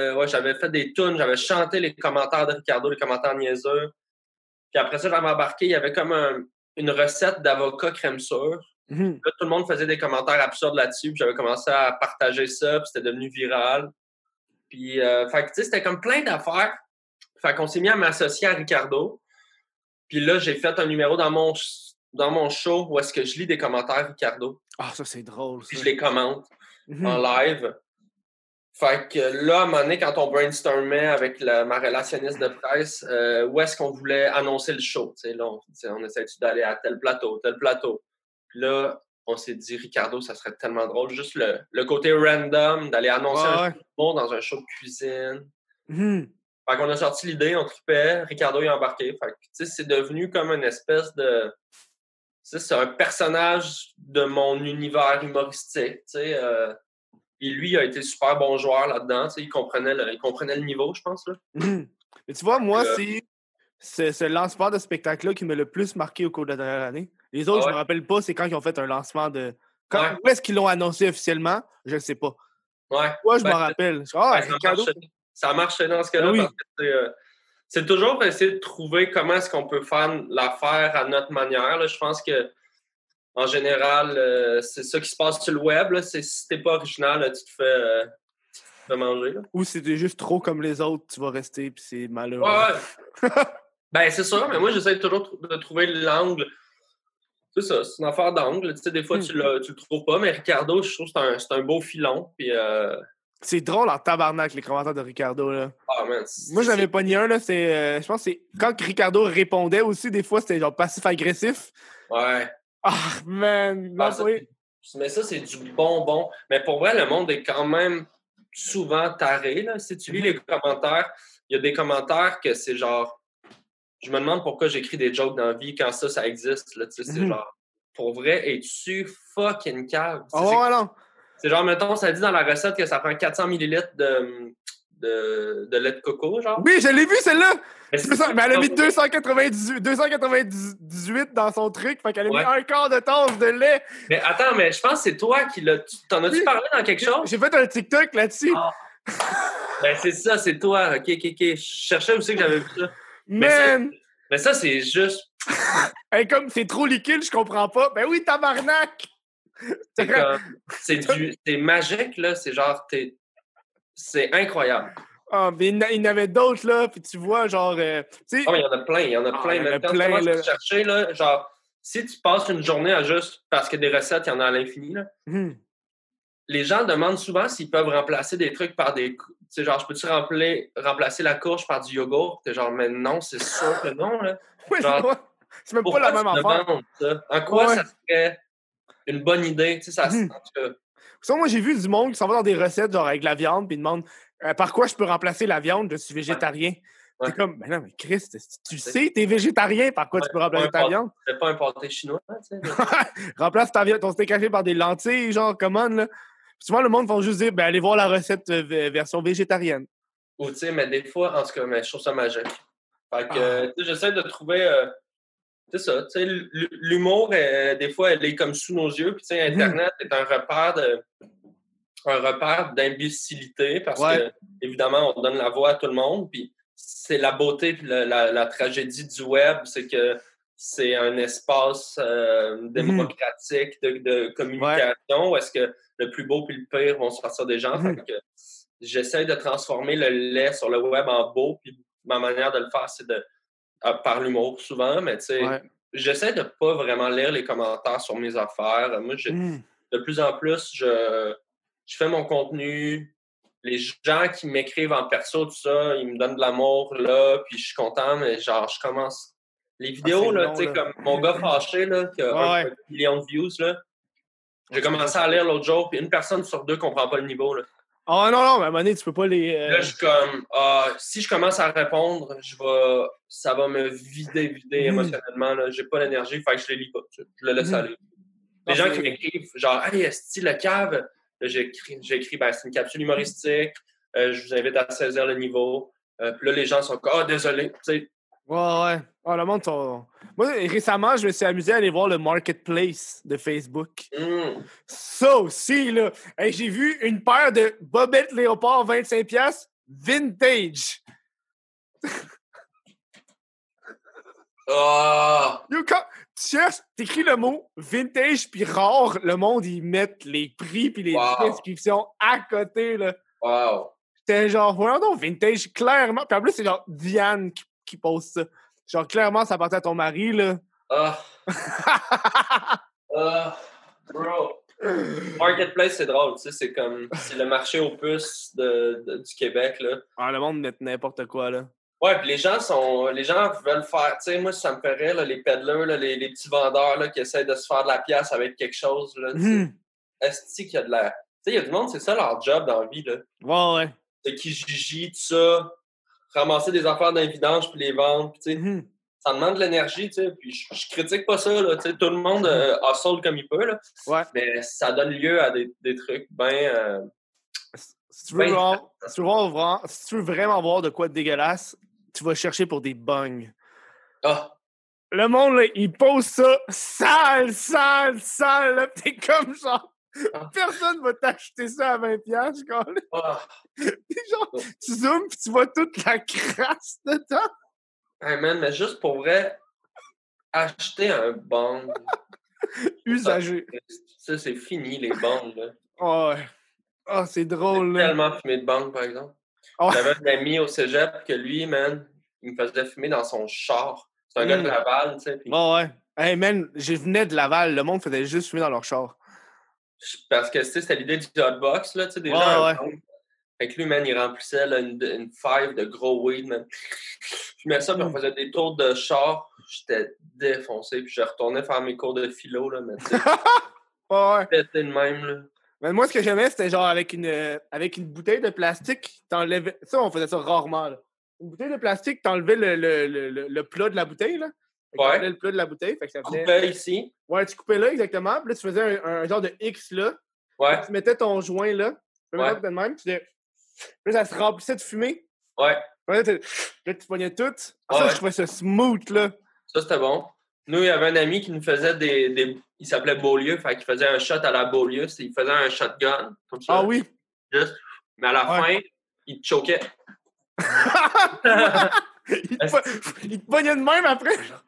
des tunes, j'avais chanté les commentaires de Ricardo, les commentaires niaiseux. Puis après ça, j'avais embarqué, il y avait comme une recette d'avocat crème sûre. Là, tout le monde faisait des commentaires absurdes là-dessus, puis j'avais commencé à partager ça, puis c'était devenu viral. Puis, fait que, tu sais, c'était comme plein d'affaires. Fait qu'on s'est mis à m'associer à Ricardo. Puis là, j'ai fait un numéro dans mon show où est-ce que je lis des commentaires Ricardo. Ah, ça, c'est drôle, ça. Puis je les commente en live. Fait que là, à un moment donné, quand on brainstormait avec ma relationniste de presse, où est-ce qu'on voulait annoncer le show? T'sais, là, on essayait d'aller à tel plateau. Puis là, on s'est dit, Ricardo, ça serait tellement drôle. Juste le côté random d'aller annoncer un show dans un show de cuisine. Fait qu'on a sorti l'idée, on tripait, Ricardo y a embarqué. Fait que, c'est devenu comme une espèce de... c'est un personnage de mon univers humoristique, et lui, il a été super bon joueur là-dedans. Il comprenait le niveau, je pense. Là. Mais tu vois, moi, c'est ce lancement de spectacle-là qui m'a le plus marqué au cours de la dernière année. Les autres, je me rappelle pas, c'est quand ils ont fait un lancement de... Où est-ce qu'ils l'ont annoncé officiellement? Je ne sais pas. Moi, je m'en rappelle. Ricardo... Ça a marché dans ce cas-là parce que c'est toujours pour essayer de trouver comment est-ce qu'on peut faire l'affaire à notre manière. Là. Je pense que en général, c'est ça qui se passe sur le web. Là. Si t'es pas original, là, tu te fais manger. Là. Ou si t'es juste trop comme les autres, tu vas rester puis c'est malheureux. Ouais. Ben, c'est sûr, mais moi, j'essaie toujours de trouver l'angle. C'est ça, c'est une affaire d'angle. Tu sais, des fois, tu le trouves pas, mais Ricardo, je trouve que c'est un beau filon. Puis, c'est drôle en tabarnak, les commentaires de Ricardo. Là. Ah, man, moi, j'en avais pogné un. Là, je pense que c'est quand Ricardo répondait aussi, des fois, c'était genre passif-agressif. Ouais. Ah, man! Mais ça, c'est du bonbon. Mais pour vrai, le monde est quand même souvent taré. Là. Si tu lis les commentaires, il y a des commentaires que c'est genre... Je me demande pourquoi j'écris des jokes dans la vie quand ça existe. Là, c'est genre... Pour vrai, es-tu fucking cave? Non! C'est genre, mettons, ça dit dans la recette que ça prend 400 ml de lait de coco, genre. Oui, je l'ai vu, celle-là! Mais elle a mis 298 dans son truc, fait qu'elle a mis un quart de tasse de lait. Mais attends, mais je pense que c'est toi qui l'as... T'en as-tu parlé dans quelque chose? J'ai fait un TikTok là-dessus. Ah. Ben, c'est ça, c'est toi. OK. Je cherchais aussi que j'avais vu ça. Man! Mais ça, c'est juste... Comme c'est trop liquide, je comprends pas. Ben oui, tabarnak! C'est magique, là. C'est genre, c'est incroyable. Ah, mais il y en avait d'autres, là, puis tu vois, genre... tu sais... Oh, il y en a plein, il y en a plein. Même quand tu commences à chercher, là, genre, si tu passes une journée à juste... Parce que des recettes, il y en a à l'infini, là. Les gens demandent souvent s'ils peuvent remplacer des trucs par des... Tu sais, genre, je peux-tu remplacer la courge par du yogourt? T'es genre, mais non, c'est sûr que non, là. Ouais, genre, c'est même pas la même affaire. Ça? En quoi ça serait une bonne idée? Tu sais, ça... En tout cas... Ça, moi, j'ai vu du monde qui s'en va dans des recettes, genre avec la viande, puis demande par quoi je peux remplacer la viande? Je suis végétarien. Ouais. T'es comme, mais non, mais Christ, tu sais, t'es végétarien, par quoi tu peux remplacer ta viande? C'est pas un pâté chinois, tu sais. Remplace ton steak haché par des lentilles, genre, commande, là. Puis souvent, le monde va juste dire, ben, allez voir la recette version végétarienne. Ou, tu sais, mais des fois, en tout cas, mais je trouve ça magique. Fait que, tu sais, j'essaie de trouver, c'est ça, tu sais, l'humour, des fois, elle est comme sous nos yeux, puis, tu sais, Internet est un repère d'imbécilité, parce que, évidemment, on donne la voix à tout le monde, puis c'est la beauté puis la tragédie du web, c'est que c'est un espace démocratique de communication où est-ce que le plus beau puis le pire vont sortir des gens. Fait que j'essaie de transformer le laid sur le web en beau, puis ma manière de le faire, c'est par l'humour souvent, mais tu sais, j'essaie de pas vraiment lire les commentaires sur mes affaires. Moi, de plus en plus, je fais mon contenu. Les gens qui m'écrivent en perso, tout ça, ils me donnent de l'amour, là, puis je suis content, mais genre, je commence... Les vidéos, là, tu sais, comme mon gars fâché, là, qui a 1 million de views, là, j'ai commencé à lire l'autre jour, puis 1 personne sur 2 comprend pas le niveau, là. Oh non, mais à un moment donné, tu peux pas les... Là, je suis comme, si je commence à répondre, ça va me vider émotionnellement, là. J'ai pas l'énergie, fait que je les lis pas, je le laisse aller. Les gens qui m'écrivent, genre, « Hey, est-ce le cave? » J'ai écrit, ben, c'est une capsule humoristique, je vous invite à saisir le niveau. Puis là, les gens sont comme, désolé, tu sais. Ouais. Oh, le monde, moi, récemment, je me suis amusé à aller voir le marketplace de Facebook. Ça aussi, là. Hey, j'ai vu une paire de bobettes Léopard 25$ vintage. Yo, quand tu cherches, t'écris le mot vintage puis rare, le monde, ils mettent les prix puis les descriptions à côté, là. Wow. C'était genre, voyons donc, vintage, clairement. Puis en plus, c'est genre Diane qui pose ça. Genre, clairement, ça appartient à ton mari, là. Bro. Marketplace, c'est drôle, tu sais, c'est le marché aux puces du Québec, là. Le monde met n'importe quoi, là. Ouais, puis les gens veulent faire, tu sais, moi, ça me ferait, là, les peddlers, là, les petits vendeurs, là, qui essaient de se faire de la pièce avec quelque chose, là, est-ce qu'il y a de la... Tu sais, il y a du monde, c'est ça leur job dans la vie, là. Ouais. C'est Kijiji, tout ça, ramasser des affaires d'un vidange puis les vendre, tu sais. Ça demande de l'énergie, tu sais, puis je critique pas ça, là, tu sais, tout le monde hustle comme il peut, là. Ouais. Mais ça donne lieu à des trucs bien... Si tu veux vraiment voir de quoi de dégueulasse, tu vas chercher pour des bungs. Le monde, là, il pose ça sale, là, t'es comme genre... Personne va t'acheter ça à 20$, quand même. Genre, tu zoomes pis tu vois toute la crasse dedans. Hey man, mais juste pour vrai, acheter un bong. Usagé. Ça, c'est fini, les bongs, là. C'est drôle, là. J'ai tellement fumé de bong, par exemple. J'avais un ami au cégep que lui, man, il me faisait fumer dans son char. C'est un gars de Laval, tu sais. Puis... Hey man, je venais de Laval, le monde faisait juste fumer dans leur char. Parce que c'était l'idée du hotbox, là, tu sais, déjà. Fait que lui, man, il remplissait là, une five de gros weed, man. Je mets ça, puis on faisait des tours de char. J'étais défoncé, puis je retournais faire mes cours de philo, là, mais tu sais. Pété de même, là. Mais moi, ce que j'aimais, c'était genre avec une bouteille de plastique, t'enlevais... Ça, on faisait ça rarement, là. Une bouteille de plastique, t'enlevais le plat de la bouteille, là. T'enlevais le plat de la bouteille, fait que ça faisait... Coupais ici. Ouais, tu coupais là, exactement. Puis là, tu faisais un genre de X, là. Ouais. Tu mettais ton joint, là. De même, puis là, ça se remplissait de fumée. Ouais. Là, tu pognais tout. Ça, je trouvais ça smooth, là. Ça, c'était bon. Nous, il y avait un ami qui nous faisait il s'appelait Beaulieu, fait qu'il faisait un shot à la Beaulieu. Il faisait un shotgun, comme ça. Ah oui? Juste. Mais à la fin, il te choquait. Il te pognait de même après.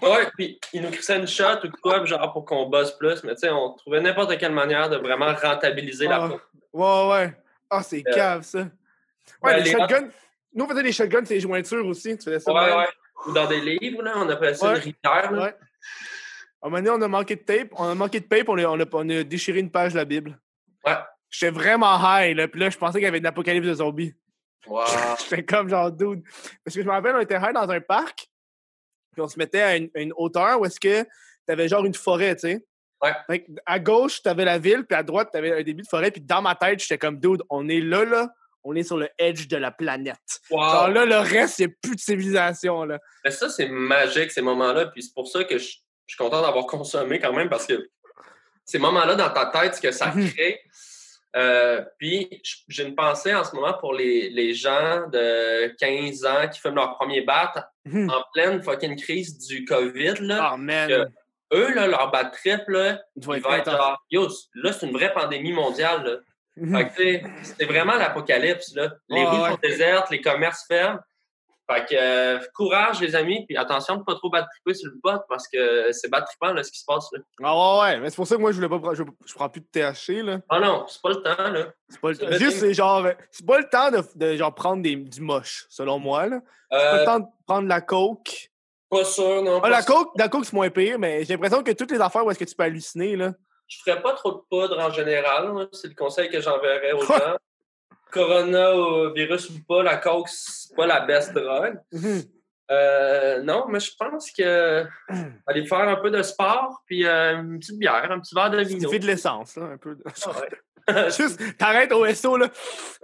Ouais, puis ils nous crissaient une shot ou quoi, genre pour qu'on bosse plus, mais tu sais, on trouvait n'importe quelle manière de vraiment rentabiliser la peau. Ouais. Ah, c'est cave, ça. Ouais, Ben, les shotguns. Nous, on faisait des shotguns, c'est les jointures aussi. Tu faisais ça de même. Ouais. Ou dans des livres, là, on appelle ça une rivière. Là. Ouais. À un moment donné, on a manqué de tape. On a déchiré une page de la Bible. Ouais. J'étais vraiment high, là. Puis là, je pensais qu'il y avait une apocalypse de zombies. Wow. J'étais comme genre dude. Parce que je me rappelle, on était high dans un parc. Puis on se mettait à une hauteur où est-ce que t'avais genre une forêt, tu sais. Ouais. Fait à gauche, t'avais la ville, puis à droite, t'avais un début de forêt. Puis dans ma tête, j'étais comme dude, on est là. On est sur le edge de la planète. Wow. Genre là, le reste, il n'y a plus de civilisation, là. Mais ça, c'est magique, ces moments-là. Puis c'est pour ça que je suis content d'avoir consommé quand même, parce que ces moments-là dans ta tête, ce que ça crée. Puis j'ai une pensée en ce moment pour les gens de 15 ans qui fument leur premier bat en pleine fucking crise du COVID. Là, oh man! Eux, là, leur bat trip, là, il va être genre, yo, là, c'est une vraie pandémie mondiale. Là. Fait que, c'est vraiment l'apocalypse. Là. Les rues sont désertes, les commerces ferment. Fait que courage, les amis, puis attention de ne pas trop battre triper sur le pot parce que c'est battre trippant là, ce qui se passe. Là. Ah ouais, mais c'est pour ça que moi, je prends plus de THC. Là. Ah non, c'est pas le temps. Là. C'est pas le temps. Juste, c'est pas le temps de genre prendre du moche, selon moi. Là. C'est pas le temps de prendre la coke. Pas sûr, non. La coke, c'est moins pire, mais j'ai l'impression que toutes les affaires où est-ce que tu peux halluciner, là. Je ferais pas trop de poudre en général. Hein. C'est le conseil que j'enverrais aux gens. Coronavirus ou pas, la coke, c'est pas la best drogue. Non, mais je pense que aller faire un peu de sport, puis une petite bière, un petit verre de vino. Tu fais de l'essence, là, un peu. Juste, t'arrêtes au SO, là.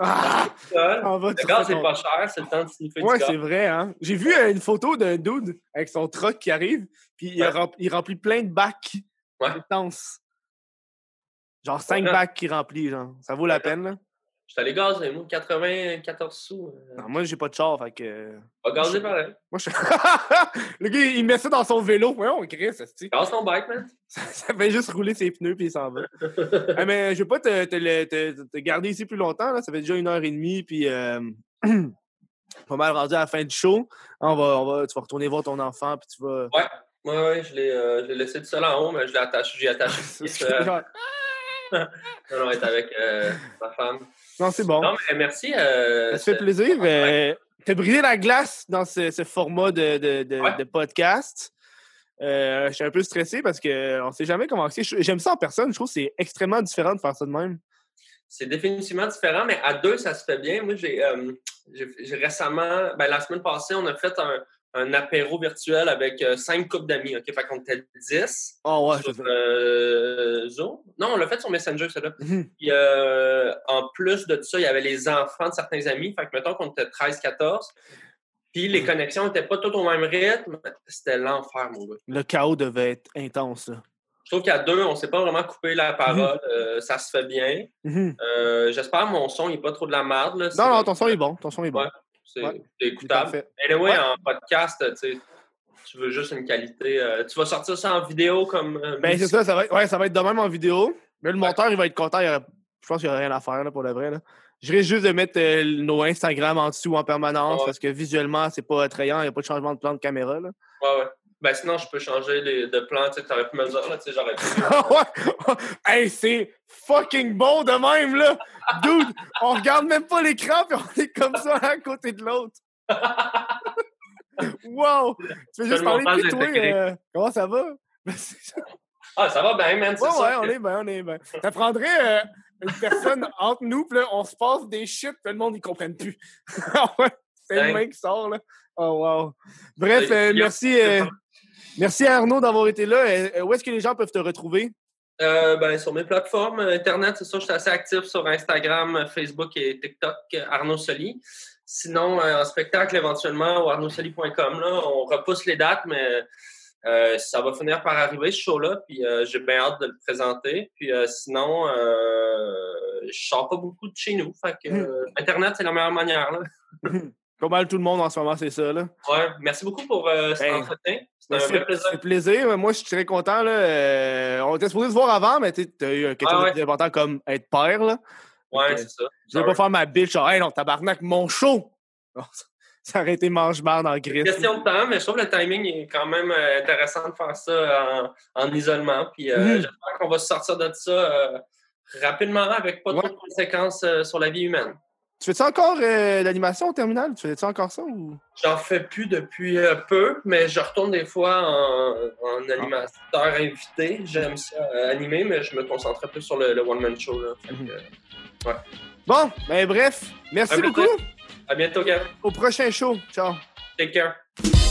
Le gaz, c'est pas cher, c'est le temps de sniffer du gaz. Ouais, c'est vrai, hein. J'ai vu une photo d'un dude avec son truck qui arrive, puis il remplit plein de bacs d'essence. Genre 5 bacs qu'il remplit, genre. Ça vaut la peine, là. Je suis allé gazer, moi, 94 sous. Non, moi, j'ai pas de char, fait que... Pas gazer pareil. Moi, le gars, il met ça dans son vélo. Ouais, on crée, ça se dit. Gaze ton bike, man. Ça fait juste rouler ses pneus, puis il s'en va. Mais je veux pas te garder ici plus longtemps, là. Ça fait déjà 1h30, puis... pas mal rendu à la fin du show. Tu vas retourner voir ton enfant, puis tu vas... Ouais, je l'ai laissé tout seul en haut, mais je l'ai attaché. J'ai attaché. Non, on est avec ma femme. Non, c'est bon. Non, mais merci. Ça te fait plaisir. T'as brisé la glace dans ce format de podcast. Je suis un peu stressé parce qu'on ne sait jamais comment c'est. J'aime ça en personne. Je trouve que c'est extrêmement différent de faire ça de même. C'est définitivement différent, mais à deux, ça se fait bien. Moi, j'ai récemment, la semaine passée, on a fait un apéro virtuel avec 5 couples d'amis. OK? Fait qu'on était 10. Oh ouais, sur Zoom. Non, on l'a fait sur Messenger, c'est là. Puis, en plus de tout ça, il y avait les enfants de certains amis. Fait que mettons qu'on était 13-14. Puis les connexions n'étaient pas toutes au même rythme. C'était l'enfer, mon gars. Le chaos devait être intense, là. Je trouve qu'à deux, on ne s'est pas vraiment coupé la parole. Ça se fait bien. J'espère que mon son n'est pas trop de la merde. Là. Non, ton son est bon. Ton son est bon. Ouais, c'est écoutable. Anyway, en podcast, tu veux juste une qualité. Tu vas sortir ça en vidéo comme. C'est ça va être de même en vidéo. Mais le monteur, il va être content. Je pense qu'il n'y a rien à faire là, pour le vrai. Là. Je risque juste de mettre nos Instagram en dessous en permanence parce que visuellement, c'est pas attrayant. Il n'y a pas de changement de plan de caméra. Là. Ouais. Sinon, je peux changer de plan. Tu aurais pu me dire, là, j'aurais pu. Hey, c'est fucking bon de même, là! Dude, on regarde même pas l'écran puis on est comme ça à côté de l'autre. Wow! Tu veux juste parler de toi? Comment ça va? Ça va bien, man. On est bien. Ça prendrait une personne entre nous, puis là, on se passe des shit, puis le monde, ils comprennent plus. C'est le mec qui sort, là. Oh, wow. Bref, merci. Merci à Arnaud d'avoir été là. Où est-ce que les gens peuvent te retrouver? Sur mes plateformes Internet, c'est ça, je suis assez actif sur Instagram, Facebook et TikTok, Arnaud Soli. Sinon, en spectacle, éventuellement, au arnaudsoli.com, là, on repousse les dates, mais ça va finir par arriver, ce show-là, puis j'ai bien hâte de le présenter. Puis sinon, je sors pas beaucoup de chez nous, fait que Internet, c'est la meilleure manière, là. Pas mal tout le monde en ce moment, c'est ça, là. Ouais, merci beaucoup pour cet entretien. C'était un vrai plaisir. C'est plaisir. Moi, je suis très content, là. On était supposé se voir avant, mais tu as eu quelque chose d'important comme être père, là. Ouais, c'est ça. Je vais pas faire ma bitch. Hey, non, tabarnak, mon show! Ça aurait été mange-marde en gris. Question de temps, mais je trouve que le timing est quand même intéressant de faire ça en isolement. Puis j'espère qu'on va sortir de ça rapidement avec pas trop de conséquences sur la vie humaine. Tu fais-tu encore l'animation au terminal? Tu faisais-tu encore ça? Ou... J'en fais plus depuis peu, mais je retourne des fois en animateur invité. J'aime ça animer, mais je me concentrais plus sur le one-man show. Là. Ouais. Bon, ben bref, merci beaucoup. À bientôt, Gab. Au prochain show. Ciao. Take care.